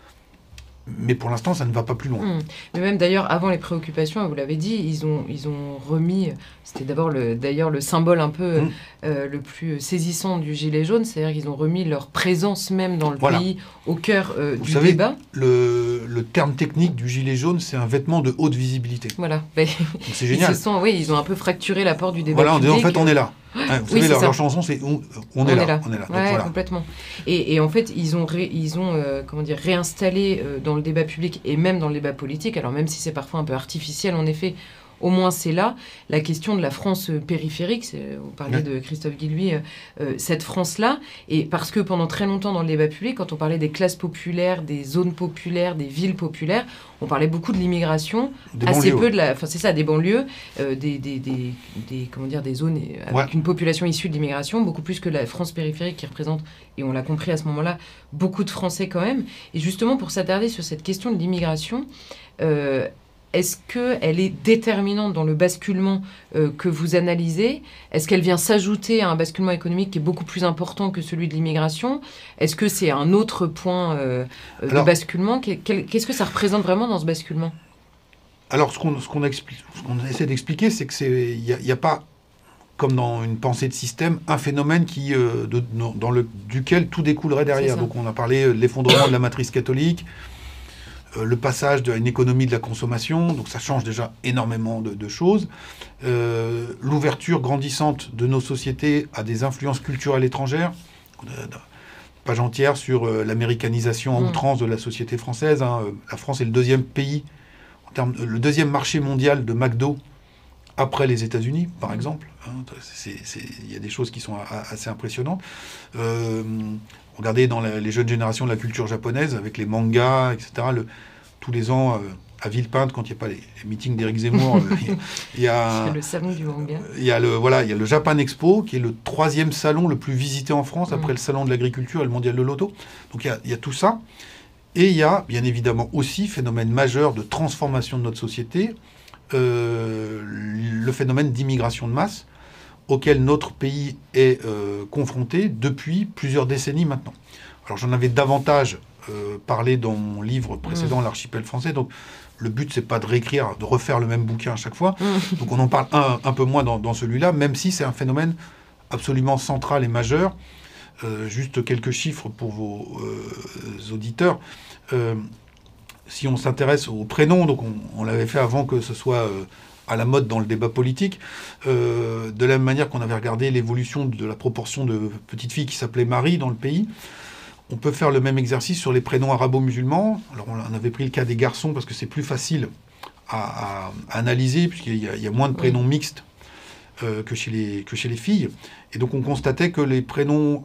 mais pour l'instant, ça ne va pas plus loin. Mmh. Mais même d'ailleurs, avant les préoccupations, vous l'avez dit, ils ont, ils ont remis, c'était d'abord le, d'ailleurs le symbole un peu mmh. euh, le plus saisissant du gilet jaune, c'est-à-dire qu'ils ont remis leur présence même dans le voilà. pays au cœur euh, du savez, débat. Le, le terme technique du gilet jaune, c'est un vêtement de haute visibilité. Voilà. Donc c'est génial. Ils se sont, oui, ils ont un peu fracturé l'apport du débat voilà, public. Voilà, en disant, en fait, on est là. Hein, vous oui, savez, leur, leur ça. chanson, c'est on, on, on, est, est là, là. on est là. Ouais, Donc, voilà. Complètement. Et, et en fait, ils ont, ré, ils ont euh, comment dire, réinstallé euh, dans le débat public et même dans le débat politique, alors même si c'est parfois un peu artificiel, en effet, au moins c'est là, la question de la France périphérique, vous parlez ouais. de Christophe Guilluy, euh, cette France-là, et parce que pendant très longtemps dans le débat public, quand on parlait des classes populaires, des zones populaires, des villes populaires, on parlait beaucoup de l'immigration, des assez banlieues. peu de la, enfin c'est ça, des banlieues, euh, des, des, des, des, comment dire, des zones avec ouais. une population issue de l'immigration, beaucoup plus que la France périphérique qui représente, et on l'a compris à ce moment-là, beaucoup de Français quand même. Et justement, pour s'attarder sur cette question de l'immigration, euh, est-ce qu'elle est déterminante dans le basculement euh, que vous analysez? Est-ce qu'elle vient s'ajouter à un basculement économique qui est beaucoup plus important que celui de l'immigration? Est-ce que c'est un autre point euh, Alors, de basculement? Qu'est-ce que ça représente vraiment dans ce basculement? Alors, ce qu'on ce qu'on qu'on essaie d'expliquer, c'est qu'il n'y a, y a pas, comme dans une pensée de système, un phénomène qui, euh, de, dans le, duquel tout découlerait derrière. Donc, on a parlé de l'effondrement de la matrice catholique, le passage à une économie de la consommation, donc ça change déjà énormément de, de choses. Euh, L'ouverture grandissante de nos sociétés à des influences culturelles étrangères. On a une page entière sur euh, l'américanisation à mmh. outrance de la société française. Hein. La France est le deuxième pays, en termes, le deuxième marché mondial de McDo après les États-Unis, par exemple. Il y a des choses qui sont a, assez impressionnantes. Euh, Regardez dans la, les jeunes générations de la culture japonaise, avec les mangas, et cetera. Le, tous les ans, euh, à Villepinte, quand il n'y a pas les, les meetings d'Éric Zemmour, il y, y a... le salon du manga. Il y a le, voilà, il y a le Japan Expo, qui est le troisième salon le plus visité en France, après mmh. le salon de l'agriculture et le mondial de l'auto. Donc il y, a, il y a tout ça. Et il y a, bien évidemment, aussi, phénomène majeur de transformation de notre société, euh, le phénomène d'immigration de masse, auquel notre pays est euh, confronté depuis plusieurs décennies maintenant. Alors j'en avais davantage euh, parlé dans mon livre précédent, mmh. L'archipel français, donc le but c'est pas de réécrire, de refaire le même bouquin à chaque fois, mmh. donc on en parle un, un peu moins dans, dans celui-là, même si c'est un phénomène absolument central et majeur. Euh, juste quelques chiffres pour vos euh, auditeurs. Euh, si on s'intéresse aux prénoms, donc on, on l'avait fait avant que ce soit... Euh, à la mode dans le débat politique, euh, de la même manière qu'on avait regardé l'évolution de la proportion de petites filles qui s'appelaient Marie dans le pays, on peut faire le même exercice sur les prénoms arabo-musulmans. Alors on avait pris le cas des garçons parce que c'est plus facile à, à, à analyser, puisqu'il y, y a moins de prénoms oui. mixtes euh, que, chez les, que chez les filles. Et donc on constatait que les prénoms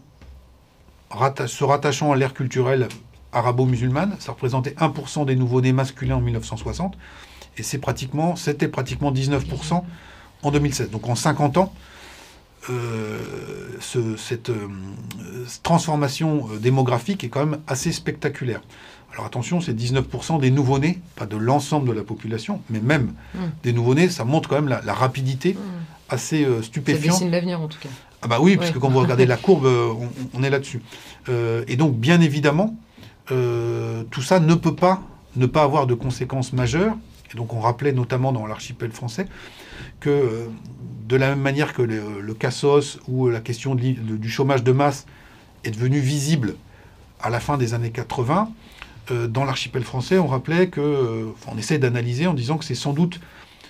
ratta- se rattachant à l'ère culturelle arabo-musulmane, ça représentait un pour cent des nouveau-nés masculins en mille neuf cent soixante, et c'est pratiquement, c'était pratiquement dix-neuf pour cent en deux mille seize. Donc en cinquante ans, euh, ce, cette euh, transformation démographique est quand même assez spectaculaire. Alors attention, c'est dix-neuf pour cent des nouveau-nés, pas de l'ensemble de la population, mais même mmh. des nouveau-nés, ça montre quand même la, la rapidité mmh. assez euh, stupéfiante. Ça dessine l'avenir en tout cas. Ah bah oui, ouais. parce que quand vous regardez la courbe, on, on est là-dessus. Euh, et donc bien évidemment, euh, tout ça ne peut pas ne pas avoir de conséquences majeures. Et donc on rappelait notamment dans l'archipel français que euh, de la même manière que le, le Cassos ou la question de, de, du chômage de masse est devenue visible à la fin des années quatre-vingts, euh, dans l'archipel français on rappelait que, euh, on essaie d'analyser en disant que c'est sans doute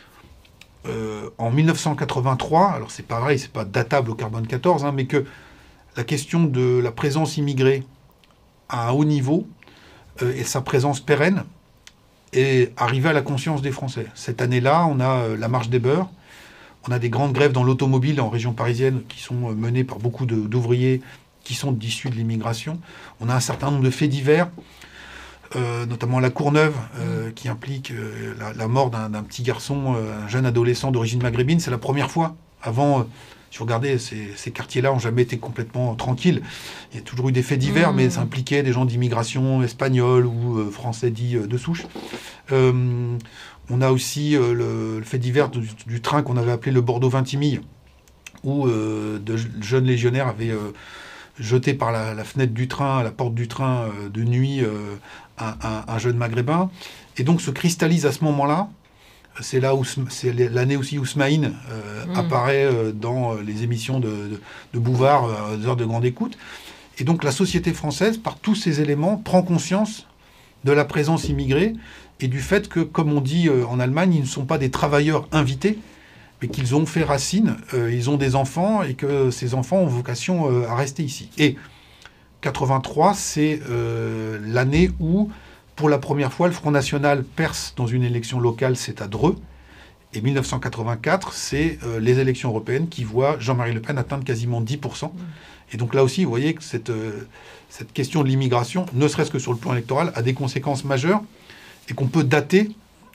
euh, en mille neuf cent quatre-vingt-trois, alors c'est pareil, c'est pas datable au carbone quatorze, hein, mais que la question de la présence immigrée à un haut niveau euh, et sa présence pérenne est arrivé à la conscience des Français. Cette année-là, on a euh, la marche des beurs, on a des grandes grèves dans l'automobile en région parisienne qui sont euh, menées par beaucoup de, d'ouvriers qui sont issus de l'immigration. On a un certain nombre de faits divers, euh, notamment la Courneuve, euh, qui implique euh, la, la mort d'un, d'un petit garçon, euh, un jeune adolescent d'origine maghrébine. C'est la première fois. Avant, euh, si vous regardez, ces, ces quartiers-là n'ont jamais été complètement tranquilles. Il y a toujours eu des faits divers, mmh. mais ça impliquait des gens d'immigration espagnole ou euh, français dits euh, de souche. Euh, on a aussi euh, le, le fait divers du, du train qu'on avait appelé le Bordeaux-Vintimille, où euh, de jeunes légionnaires avaient euh, jeté par la, la fenêtre du train, à la porte du train euh, de nuit, euh, un, un, un jeune maghrébin. Et donc se cristallise à ce moment-là, c'est là où c'est l'année aussi où Smaïn euh, mmh. apparaît euh, dans les émissions de, de, de Bouvard, euh, des heures de grande écoute. Et donc la société française, par tous ces éléments, prend conscience de la présence immigrée et du fait que, comme on dit euh, en Allemagne, ils ne sont pas des travailleurs invités, mais qu'ils ont fait racine, euh, ils ont des enfants et que ces enfants ont vocation euh, à rester ici. Et quatre-vingt-trois, c'est euh, l'année où, pour la première fois, le Front National perce dans une élection locale, c'est à Dreux. Et mille neuf cent quatre-vingt-quatre, c'est euh, les élections européennes qui voient Jean-Marie Le Pen atteindre quasiment dix pour cent. Et donc là aussi, vous voyez que cette, euh, cette question de l'immigration, ne serait-ce que sur le plan électoral, a des conséquences majeures et qu'on peut dater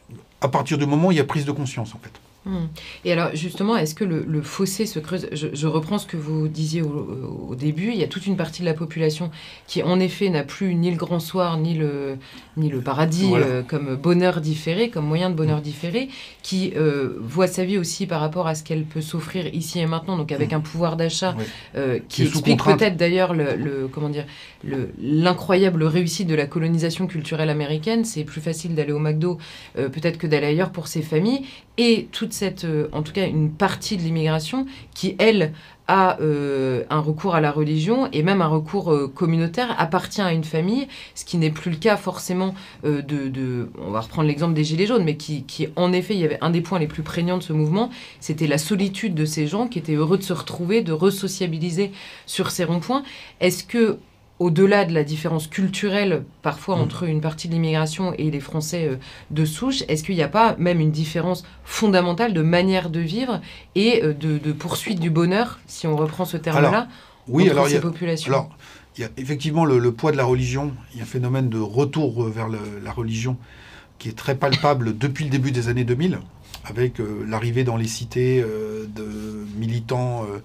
à partir du moment où il y a prise de conscience, en fait. Hum. Et alors, justement, est-ce que le, le fossé se creuse ? je, je reprends ce que vous disiez au, au début. Il y a toute une partie de la population qui, en effet, n'a plus ni le grand soir, ni le, ni le paradis voilà. euh, comme bonheur différé, comme moyen de bonheur différé, qui euh, voit sa vie aussi par rapport à ce qu'elle peut s'offrir ici et maintenant, donc avec un pouvoir d'achat oui. euh, qui, qui explique peut-être d'ailleurs le, le, comment dire, le, l'incroyable réussite de la colonisation culturelle américaine. C'est plus facile d'aller au McDo euh, peut-être que d'aller ailleurs pour ses familles. Et toute cette, euh, en tout cas, une partie de l'immigration qui, elle, a euh, un recours à la religion et même un recours euh, communautaire, appartient à une famille, ce qui n'est plus le cas forcément euh, de, de... On va reprendre l'exemple des Gilets jaunes, mais qui, qui, en effet, il y avait un des points les plus prégnants de ce mouvement, c'était la solitude de ces gens qui étaient heureux de se retrouver, de resociabiliser sur ces ronds-points. Est-ce que, au-delà de la différence culturelle, parfois, mmh. entre une partie de l'immigration et les Français euh, de souche, est-ce qu'il n'y a pas même une différence fondamentale de manière de vivre et euh, de, de poursuite du bonheur, si on reprend ce terme-là, alors, oui, entre alors, ces a, populations ? Alors, il y a effectivement le, le poids de la religion. Il y a un phénomène de retour vers le, la religion qui est très palpable depuis le début des années deux mille, avec euh, l'arrivée dans les cités euh, de militants euh,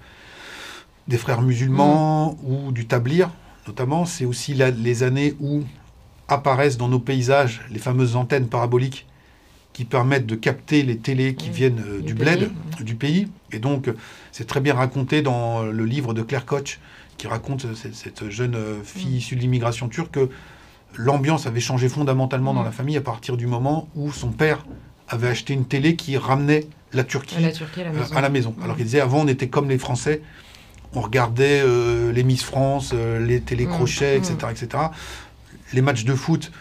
des frères musulmans mmh. ou du tablir. Notamment, c'est aussi la, les années où apparaissent dans nos paysages les fameuses antennes paraboliques qui permettent de capter les télés qui mmh. viennent euh, du, du bled, pays. du pays. Et donc, c'est très bien raconté dans le livre de Claire Koch, qui raconte cette, cette jeune fille mmh. issue de l'immigration turque, que l'ambiance avait changé fondamentalement mmh. dans la famille à partir du moment où son père avait acheté une télé qui ramenait la Turquie à la, Turquie, à la maison. Euh, à la maison. Mmh. Alors qu'il disait, avant, on était comme les Français, on regardait euh, les Miss France, euh, les télécrochets, mmh. et cetera, et cetera. Les matchs de foot,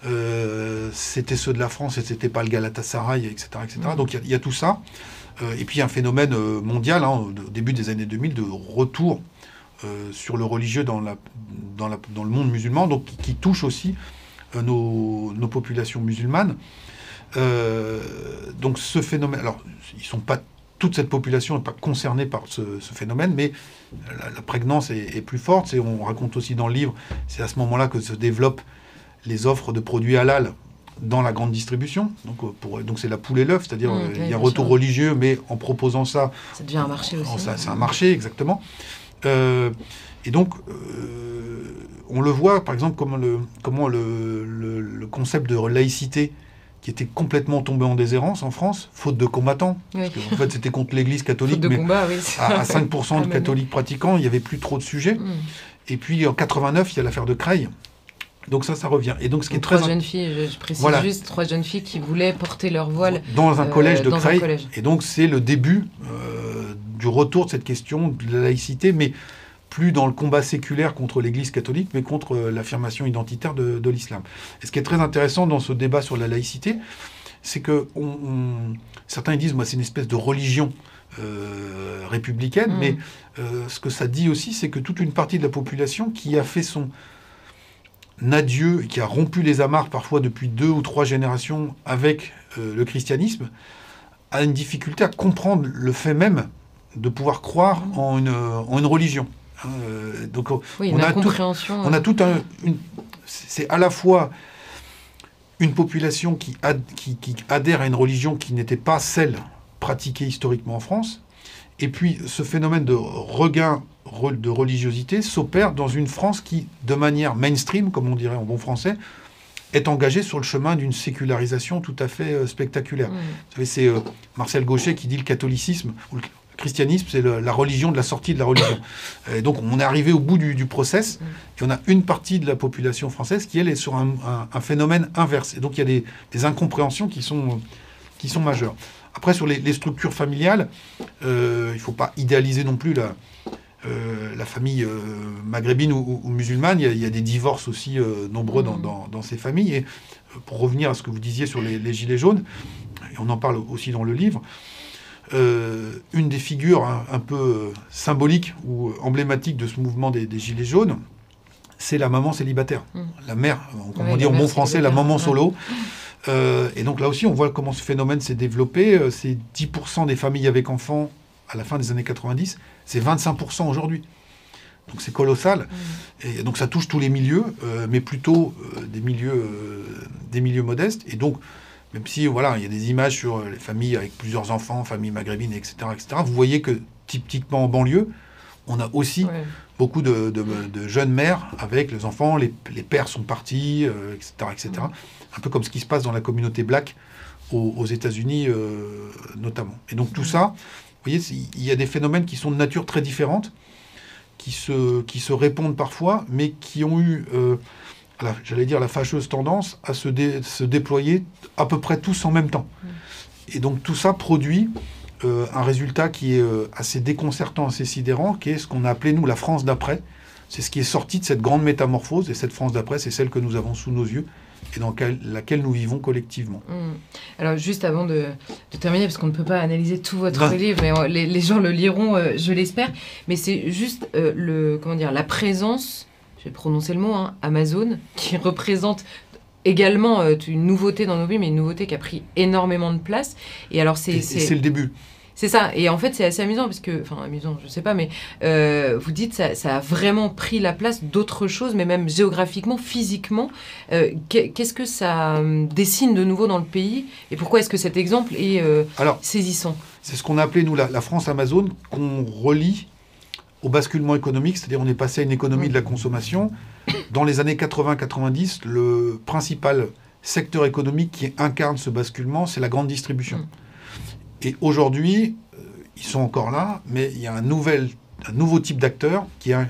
euh, c'était ceux de la France et c'était pas le Galatasaray, et cetera, et cetera. Mmh. Donc il y, y a tout ça. Euh, et puis un phénomène euh, mondial, hein, au début des années deux mille, de retour euh, sur le religieux dans, la, dans, la, dans le monde musulman, donc qui, qui touche aussi euh, nos, nos populations musulmanes. Euh, donc ce phénomène, alors ils sont pas toute cette population n'est pas concernée par ce, ce phénomène, mais la, la prégnance est, est plus forte. C'est, on raconte aussi dans le livre, c'est à ce moment-là que se développent les offres de produits halal dans la grande distribution. Donc, pour, donc c'est la poule et l'œuf, c'est-à-dire mmh, euh, il y a un retour sûr. religieux, mais en proposant ça... Ça devient un marché aussi. Ça, c'est un marché, exactement. Euh, et donc, euh, on le voit, par exemple, comment le, comment le, le, le concept de laïcité qui était complètement tombé en déshérence en France, faute de combattants. Oui. Parce que, en fait, c'était contre l'Église catholique, de mais combat, oui, à, à cinq pour cent de catholiques pratiquants, il n'y avait plus trop de sujets. Mm. Et puis, en quatre-vingt-neuf, il y a l'affaire de Creil. Donc ça, ça revient. Et donc, ce qui donc, est très... Trois jeunes filles, je, je précise voilà. juste, trois jeunes filles qui voulaient porter leur voile dans un collège euh, de Creil. Collège. Et donc, c'est le début euh, du retour de cette question de la laïcité, mais plus dans le combat séculaire contre l'Église catholique, mais contre euh, l'affirmation identitaire de, de l'islam. Et ce qui est très intéressant dans ce débat sur la laïcité, c'est que on, on, certains disent, moi, c'est une espèce de religion euh, républicaine, mmh. mais euh, ce que ça dit aussi, c'est que toute une partie de la population qui a fait son adieu et qui a rompu les amarres parfois depuis deux ou trois générations avec euh, le christianisme, a une difficulté à comprendre le fait même de pouvoir croire mmh. en, une, en une religion. Euh, donc, oui, on, une a tout, on a tout un... Une, c'est à la fois une population qui, ad, qui, qui adhère à une religion qui n'était pas celle pratiquée historiquement en France, et puis ce phénomène de regain de religiosité s'opère dans une France qui, de manière mainstream, comme on dirait en bon français, est engagée sur le chemin d'une sécularisation tout à fait euh, spectaculaire. Mmh. Vous savez, c'est euh, Marcel Gauchet qui dit le catholicisme, ou le christianisme, c'est le, la religion de la sortie de la religion. Et donc on est arrivé au bout du, du process, mmh. et on a une partie de la population française qui, elle, est sur un, un, un phénomène inverse. Et donc il y a des, des incompréhensions qui sont, qui sont majeures. Après, sur les, les structures familiales, euh, il ne faut pas idéaliser non plus la... Euh, la famille euh, maghrébine ou, ou musulmane, il y, a, il y a des divorces aussi euh, nombreux dans, dans, dans ces familles. Et euh, pour revenir à ce que vous disiez sur les, les gilets jaunes, et on en parle aussi dans le livre, euh, une des figures un, un peu symboliques ou emblématiques de ce mouvement des, des gilets jaunes, c'est la maman célibataire. Mmh. La mère, comme ouais, on dit en bon français, la maman solo. Ouais. Euh, et donc là aussi, on voit comment ce phénomène s'est développé. C'est dix pour cent des familles avec enfants à la fin des années quatre-vingt-dix, c'est vingt-cinq pour cent aujourd'hui. Donc c'est colossal. Mmh. Et donc ça touche tous les milieux, euh, mais plutôt euh, des, milieux, euh, des milieux modestes. Et donc, même si voilà, il y a des images sur les familles avec plusieurs enfants, familles maghrébines, et cetera, et cetera, vous voyez que typiquement en banlieue, on a aussi ouais. beaucoup de, de, de jeunes mères avec les enfants, les, les pères sont partis, euh, et cetera, et cetera. Mmh. Un peu comme ce qui se passe dans la communauté black aux, aux États-Unis euh, notamment. Et donc tout mmh. ça... Vous voyez, il y a des phénomènes qui sont de nature très différente, qui se, qui se répondent parfois, mais qui ont eu, euh, la, j'allais dire, la fâcheuse tendance à se, dé, se déployer à peu près tous en même temps. Mmh. Et donc tout ça produit euh, un résultat qui est euh, assez déconcertant, assez sidérant, qui est ce qu'on a appelé, nous, la France d'après. C'est ce qui est sorti de cette grande métamorphose, et cette France d'après, c'est celle que nous avons sous nos yeux, et dans laquelle, laquelle nous vivons collectivement. Mmh. Alors, juste avant de, de terminer, parce qu'on ne peut pas analyser tout votre non. livre, mais on, les, les gens le liront, euh, je l'espère, mais c'est juste euh, le, comment dire, la présence, je vais prononcer le mot, hein, Amazon, qui représente également euh, une nouveauté dans nos vies, mais une nouveauté qui a pris énormément de place. Et alors, c'est... Et, c'est... Et c'est le début. C'est ça. Et en fait, c'est assez amusant parce que... Enfin, amusant, je sais pas, mais euh, vous dites ça, ça a vraiment pris la place d'autres choses, mais même géographiquement, physiquement. Euh, qu'est-ce que ça dessine de nouveau dans le pays? Et pourquoi est-ce que cet exemple est euh, Alors, saisissant? C'est ce qu'on a appelé, nous, la, la France Amazon, qu'on relie au basculement économique. C'est-à-dire, on est passé à une économie mmh. de la consommation. Dans les années quatre-vingts quatre-vingt-dix, le principal secteur économique qui incarne ce basculement, c'est la grande distribution. Mmh. Et aujourd'hui, euh, ils sont encore là, mais il y a un, nouvel, un nouveau type d'acteur qui est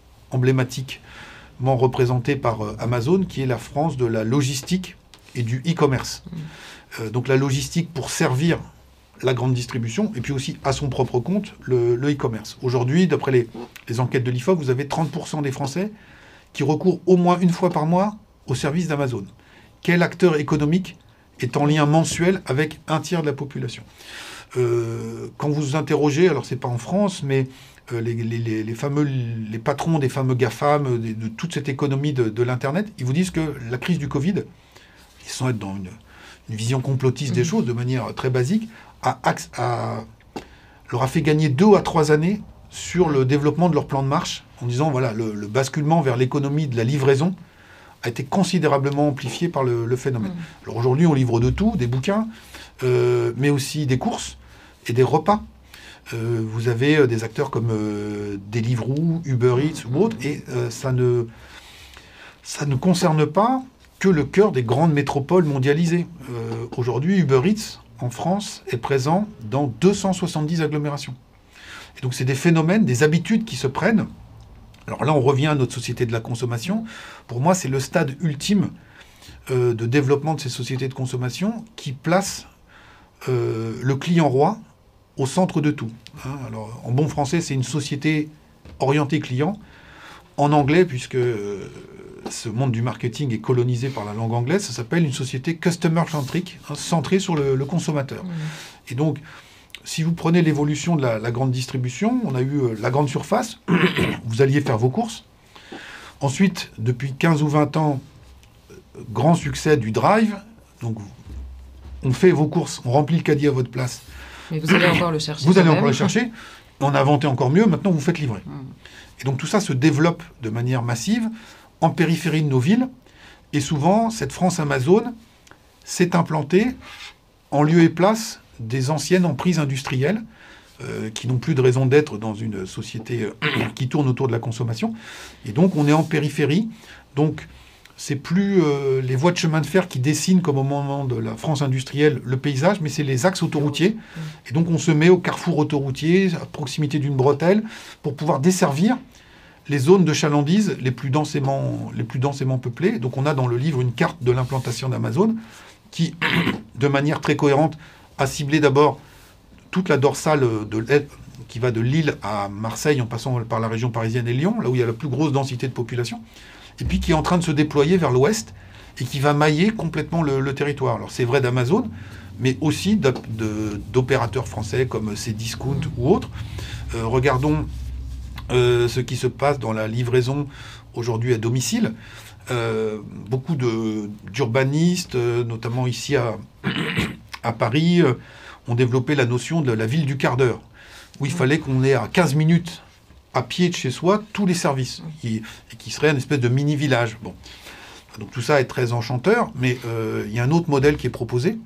emblématiquement représenté par euh, Amazon, qui est la France de la logistique et du e-commerce. Mmh. Euh, donc la logistique pour servir la grande distribution, et puis aussi à son propre compte, le, le e-commerce. Aujourd'hui, d'après les, les enquêtes de l'I F O P, vous avez trente pour cent des Français qui recourent au moins une fois par mois au service d'Amazon. Quel acteur économique est en lien mensuel avec un tiers de la population? Euh, quand vous vous interrogez, alors c'est pas en France, mais euh, les, les, les, fameux, les patrons des fameux GAFAM, de, de toute cette économie de, de l'Internet, ils vous disent que la crise du Covid, ils sont être dans une, une vision complotiste mmh. des choses, de manière très basique, a, a, leur a fait gagner deux à trois années sur le développement de leur plan de marche, en disant, voilà, le, le basculement vers l'économie de la livraison a été considérablement amplifié par le, le phénomène. Mmh. Alors aujourd'hui, on livre de tout, des bouquins, euh, mais aussi des courses et des repas. Euh, vous avez euh, des acteurs comme euh, Deliveroo, Uber Eats ou autres, et euh, ça, ne, ça ne concerne pas que le cœur des grandes métropoles mondialisées. Euh, aujourd'hui, Uber Eats, en France, est présent dans deux cent soixante-dix agglomérations. Et donc c'est des phénomènes, des habitudes qui se prennent. Alors là, on revient à notre société de la consommation. Pour moi, c'est le stade ultime euh, de développement de ces sociétés de consommation qui place euh, le client roi au centre de tout. Hein, alors, en bon français, c'est une société orientée client. En anglais, puisque euh, ce monde du marketing est colonisé par la langue anglaise, ça s'appelle une société customer-centric, hein, centrée sur le, le consommateur. Mmh. Et donc, si vous prenez l'évolution de la, la grande distribution, on a eu euh, la grande surface, vous alliez faire vos courses. Ensuite, depuis quinze ou vingt ans, euh, grand succès du drive. Donc, on fait vos courses, on remplit le caddie à votre place. Mais vous allez encore le chercher. Vous allez encore le chercher. On a inventé encore mieux, maintenant vous faites livrer. Mmh. Et donc tout ça se développe de manière massive en périphérie de nos villes. Et souvent, cette France Amazone s'est implantée en lieu et place des anciennes emprises industrielles euh, qui n'ont plus de raison d'être dans une société euh, qui tourne autour de la consommation. Et donc, on est en périphérie. Donc, c'est plus euh, les voies de chemin de fer qui dessinent, comme au moment de la France industrielle, le paysage, mais c'est les axes autoroutiers. Et donc, on se met au carrefour autoroutier, à proximité d'une bretelle, pour pouvoir desservir les zones de chalandise les plus densément, les plus densément peuplées. Donc, on a dans le livre une carte de l'implantation d'Amazon qui, de manière très cohérente, a ciblé d'abord toute la dorsale de, qui va de Lille à Marseille, en passant par la région parisienne et Lyon, là où il y a la plus grosse densité de population, et puis qui est en train de se déployer vers l'ouest, et qui va mailler complètement le, le territoire. Alors c'est vrai d'Amazon, mais aussi de, de, d'opérateurs français comme Cdiscount ou autres. Euh, regardons euh, ce qui se passe dans la livraison aujourd'hui à domicile. Euh, beaucoup de, d'urbanistes, euh, notamment ici à, à Paris, euh, ont développé la notion de la ville du quart d'heure, où il fallait qu'on ait à quinze minutes à pied de chez soi tous les services, qui, et qui serait une espèce de mini-village. Bon. Donc tout ça est très enchanteur, mais euh, il y a un autre modèle qui est proposé,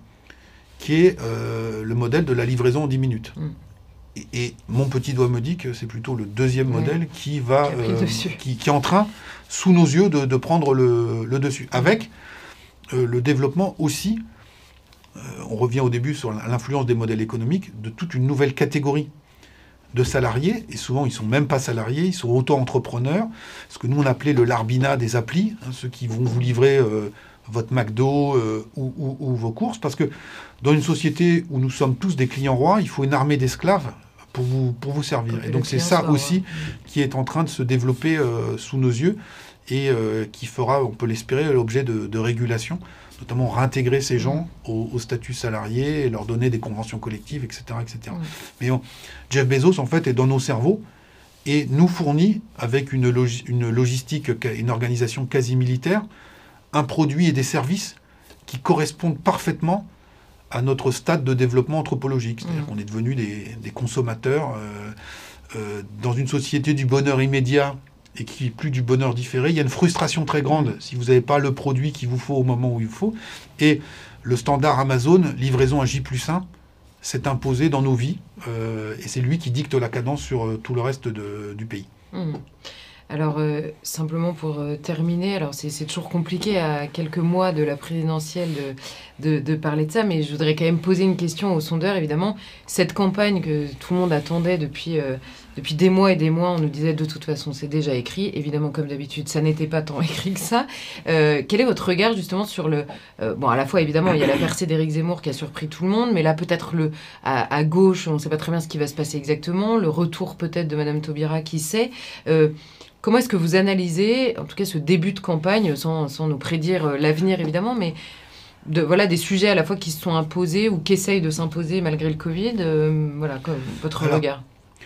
qui est euh, le modèle de la livraison en dix minutes. Mm. Et, et mon petit doigt me dit que c'est plutôt le deuxième ouais. modèle qui va, qui, euh, qui, qui est en train, sous nos yeux, de, de prendre le, le dessus. Avec euh, le développement aussi, euh, on revient au début sur l'influence des modèles économiques, de toute une nouvelle catégorie de salariés, et souvent ils ne sont même pas salariés, ils sont auto-entrepreneurs, ce que nous on appelait le larbinat des applis, hein, ceux qui vont vous livrer euh, votre McDo euh, ou, ou, ou vos courses, parce que dans une société où nous sommes tous des clients rois, il faut une armée d'esclaves pour vous, pour vous servir. Et donc c'est ça aussi qui est en train de se développer euh, sous nos yeux, et euh, qui fera, on peut l'espérer, l'objet de, de régulation, notamment réintégrer ces gens au, au statut salarié et leur donner des conventions collectives, et cetera et cetera. Mmh. Mais on, Jeff Bezos, en fait, est dans nos cerveaux et nous fournit, avec une, logi- une logistique, une organisation quasi militaire, un produit et des services qui correspondent parfaitement à notre stade de développement anthropologique. C'est-à-dire mmh. qu'on est devenus des, des consommateurs euh, euh, dans une société du bonheur immédiat et qui est plus du bonheur différé. Il y a une frustration très grande si vous n'avez pas le produit qu'il vous faut au moment où il vous faut. Et le standard Amazon, livraison à J plus un, s'est imposé dans nos vies. Euh, et c'est lui qui dicte la cadence sur euh, tout le reste de, du pays. Mmh. Alors, euh, simplement pour euh, terminer, alors c'est, c'est toujours compliqué à quelques mois de la présidentielle de, de, de parler de ça, mais je voudrais quand même poser une question aux sondeurs, évidemment. Cette campagne que tout le monde attendait depuis, euh, depuis des mois et des mois, on nous disait de toute façon c'est déjà écrit. Évidemment, comme d'habitude, ça n'était pas tant écrit que ça. Euh, quel est votre regard justement sur le... Euh, bon, à la fois, évidemment, il y a la percée d'Éric Zemmour qui a surpris tout le monde, mais là, peut-être le, à, à gauche, on ne sait pas très bien ce qui va se passer exactement. Le retour peut-être de Madame Taubira, qui sait... Euh, Comment est-ce que vous analysez, en tout cas, ce début de campagne, sans, sans nous prédire euh, l'avenir, évidemment, mais de, voilà, des sujets à la fois qui se sont imposés ou qui essayent de s'imposer malgré le Covid. Euh, voilà, quoi, votre Alors, regard.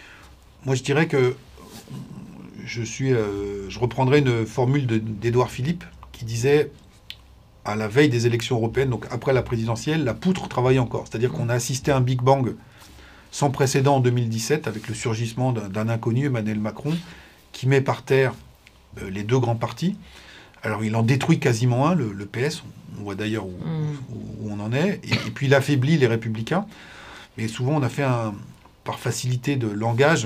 Moi, je dirais que je, suis, euh, je reprendrai une formule de, d'Édouard Philippe qui disait, à la veille des élections européennes, donc après la présidentielle, la poutre travaille encore. C'est-à-dire qu'on a assisté à un Big Bang sans précédent en deux mille dix-sept avec le surgissement d'un, d'un inconnu, Emmanuel Macron, qui met par terre euh, les deux grands partis. Alors, il en détruit quasiment un, le, le P S. On voit d'ailleurs où, mmh. où, où on en est. Et, et puis, il affaiblit les Républicains. Mais souvent, on a fait un... Par facilité de langage,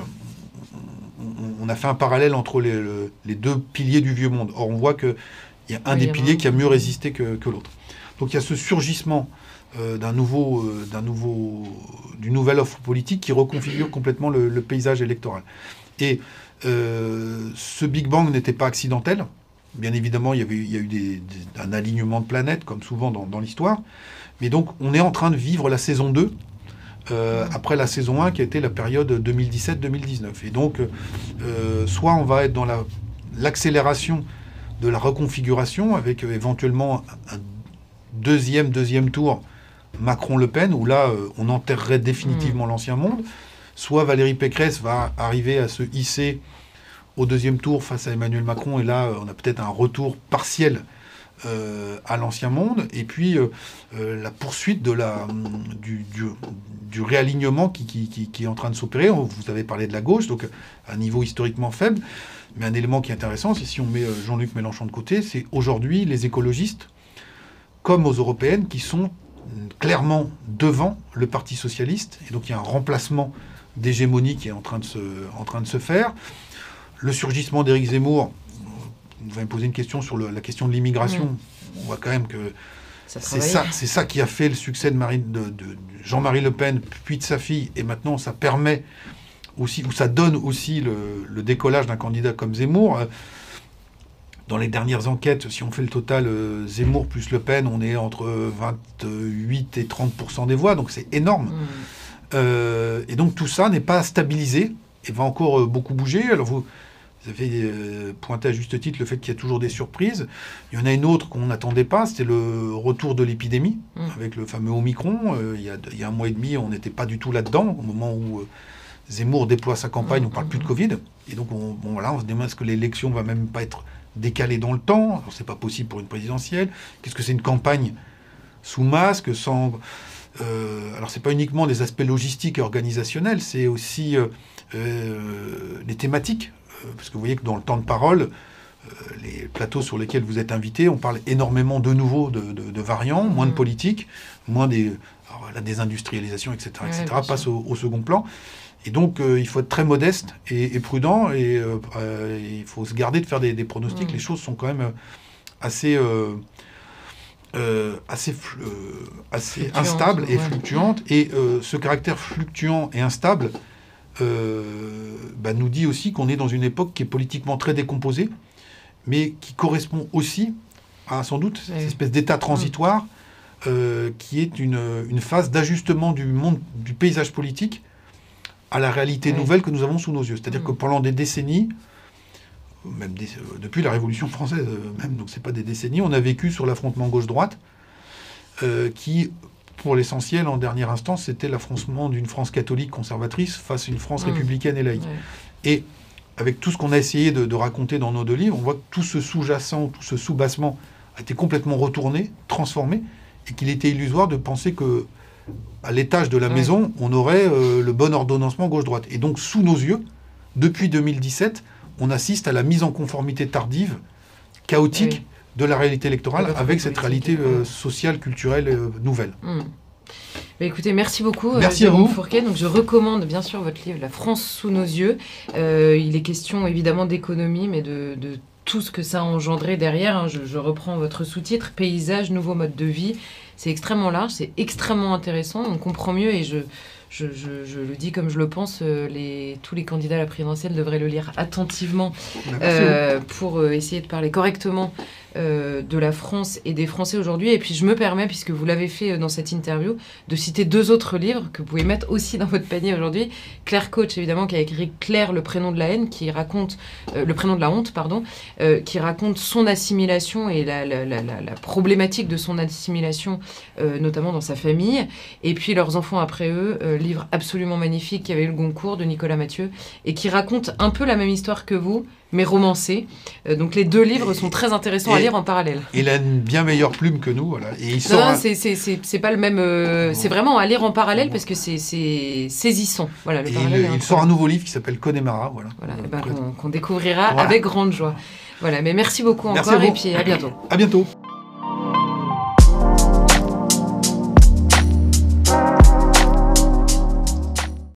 on, on a fait un parallèle entre les, le, les deux piliers du vieux monde. Or, on voit qu'il y a un oui, des piliers vraiment. qui a mieux résisté que, que l'autre. Donc, il y a ce surgissement euh, d'un nouveau, euh, d'un nouveau, d'une nouvelle offre politique qui reconfigure complètement le, le paysage électoral. Et Euh, ce Big Bang n'était pas accidentel. Bien évidemment, il y, avait, il y a eu des, des, un alignement de planètes, comme souvent dans, dans l'histoire. Mais donc, on est en train de vivre la saison deux, euh, après la saison un, qui a été la période deux mille dix-sept deux mille dix-neuf. Et donc, euh, soit on va être dans la, l'accélération de la reconfiguration, avec euh, éventuellement un deuxième, deuxième tour Macron-Le Pen, où là, euh, on enterrerait définitivement mmh. l'ancien monde. Soit Valérie Pécresse va arriver à se hisser au deuxième tour face à Emmanuel Macron, et là, on a peut-être un retour partiel euh, à l'Ancien Monde, et puis euh, euh, la poursuite de la, du, du, du réalignement qui, qui, qui, qui est en train de s'opérer. Vous avez parlé de la gauche, donc à un niveau historiquement faible, mais un élément qui est intéressant, c'est si on met Jean-Luc Mélenchon de côté, c'est aujourd'hui les écologistes, comme aux européennes, qui sont clairement devant le Parti socialiste, et donc il y a un remplacement d'hégémonie qui est en train de se, en train de se faire. Le surgissement d'Éric Zemmour, vous m'avez posé une question sur le, la question de l'immigration. Mmh. On voit quand même que c'est ça, c'est ça qui a fait le succès de, Marine, de, de, de Jean-Marie Le Pen, puis de sa fille, et maintenant ça permet aussi, ou ça donne aussi le, le décollage d'un candidat comme Zemmour. Dans les dernières enquêtes, si on fait le total euh, Zemmour plus Le Pen, on est entre vingt-huit et trente pour cent des voix, donc c'est énorme. Mmh. Euh, et donc tout ça n'est pas stabilisé et va encore euh, beaucoup bouger. Alors vous, vous avez euh, pointé à juste titre le fait qu'il y a toujours des surprises. Il y en a une autre qu'on n'attendait pas, c'était le retour de l'épidémie, mmh. avec le fameux Omicron. Euh, il, y a, il y a un mois et demi, on n'était pas du tout là-dedans, au moment où euh, Zemmour déploie sa campagne, mmh. on ne parle plus de Covid. Et donc on, bon, voilà, on se demande est-ce que l'élection va même pas être décalée dans le temps. Alors c'est pas possible pour une présidentielle. Qu'est-ce que c'est une campagne sous masque, sans... Euh, alors c'est pas uniquement des aspects logistiques et organisationnels, c'est aussi euh, euh, les thématiques. Euh, parce que vous voyez que dans le temps de parole, euh, les plateaux sur lesquels vous êtes invités, on parle énormément de nouveau de, de, de variants, mmh. moins de politique, moins des, alors, la désindustrialisation, et cetera, et cetera ouais, passe au, au second plan. Et donc, euh, il faut être très modeste et, et prudent, et euh, euh, il faut se garder de faire des, des pronostics. Mmh. Les choses sont quand même assez, euh, euh, assez, euh, assez instables et ouais. fluctuantes. Et euh, ce caractère fluctuant et instable euh, bah, nous dit aussi qu'on est dans une époque qui est politiquement très décomposée, mais qui correspond aussi à, sans doute, cette oui. espèce d'état transitoire mmh. euh, qui est une, une phase d'ajustement du monde, du paysage politique à la réalité oui. nouvelle que nous avons sous nos yeux. C'est-à-dire mmh. que pendant des décennies, même des, euh, depuis la Révolution française euh, même, donc c'est pas des décennies, on a vécu sur l'affrontement gauche-droite, euh, qui, pour l'essentiel, en dernière instance, c'était l'affrontement d'une France catholique conservatrice face à une France mmh. républicaine et laïque. Ouais. Et avec tout ce qu'on a essayé de, de raconter dans nos deux livres, on voit que tout ce sous-jacent, tout ce sous-bassement a été complètement retourné, transformé, et qu'il était illusoire de penser que à l'étage de la ouais. maison, on aurait euh, le bon ordonnancement gauche-droite. Et donc, sous nos yeux, depuis deux mille dix-sept, on assiste à la mise en conformité tardive, chaotique, oui. de la réalité électorale, avec cette réalité euh, sociale, culturelle euh, nouvelle. Mmh. Bah écoutez, merci beaucoup, merci euh, à vous. Fourquet. Donc, je recommande bien sûr votre livre « La France sous nos yeux ». Euh, il est question évidemment d'économie, mais de, de tout ce que ça a engendré derrière. Hein. Je, je reprends votre sous-titre « Paysage, nouveau mode de vie ». C'est extrêmement large, c'est extrêmement intéressant, on comprend mieux et je, je, je, je le dis comme je le pense, euh, les, tous les candidats à la présidentielle devraient le lire attentivement euh, pour euh, essayer de parler correctement euh, de la France et des Français aujourd'hui. Et puis je me permets, puisque vous l'avez fait dans cette interview, de citer deux autres livres que vous pouvez mettre aussi dans votre panier aujourd'hui. Claire Coach, évidemment, qui a écrit Claire, le prénom de la haine, qui raconte, euh, le prénom de la honte, pardon, euh, qui raconte son assimilation et la, la, la, la, la problématique de son assimilation, euh, notamment dans sa famille. Et puis Leurs enfants après eux, euh, livre absolument magnifique qui avait eu le Goncourt de Nicolas Mathieu et qui raconte un peu la même histoire que vous, mais romancée. Euh, donc les deux livres sont très intéressants et, à lire en parallèle. Il a une bien meilleure plume que nous, voilà. Et il sort non, non un... c'est, c'est, c'est, c'est pas le même. Euh, c'est vraiment à lire en parallèle parce que c'est, c'est saisissant. Voilà. Le il, il sort un nouveau livre qui s'appelle Connemara, voilà. Voilà, euh, ben, qu'on, qu'on découvrira voilà. avec grande joie. Voilà, mais merci beaucoup merci encore et puis à bientôt. À bientôt.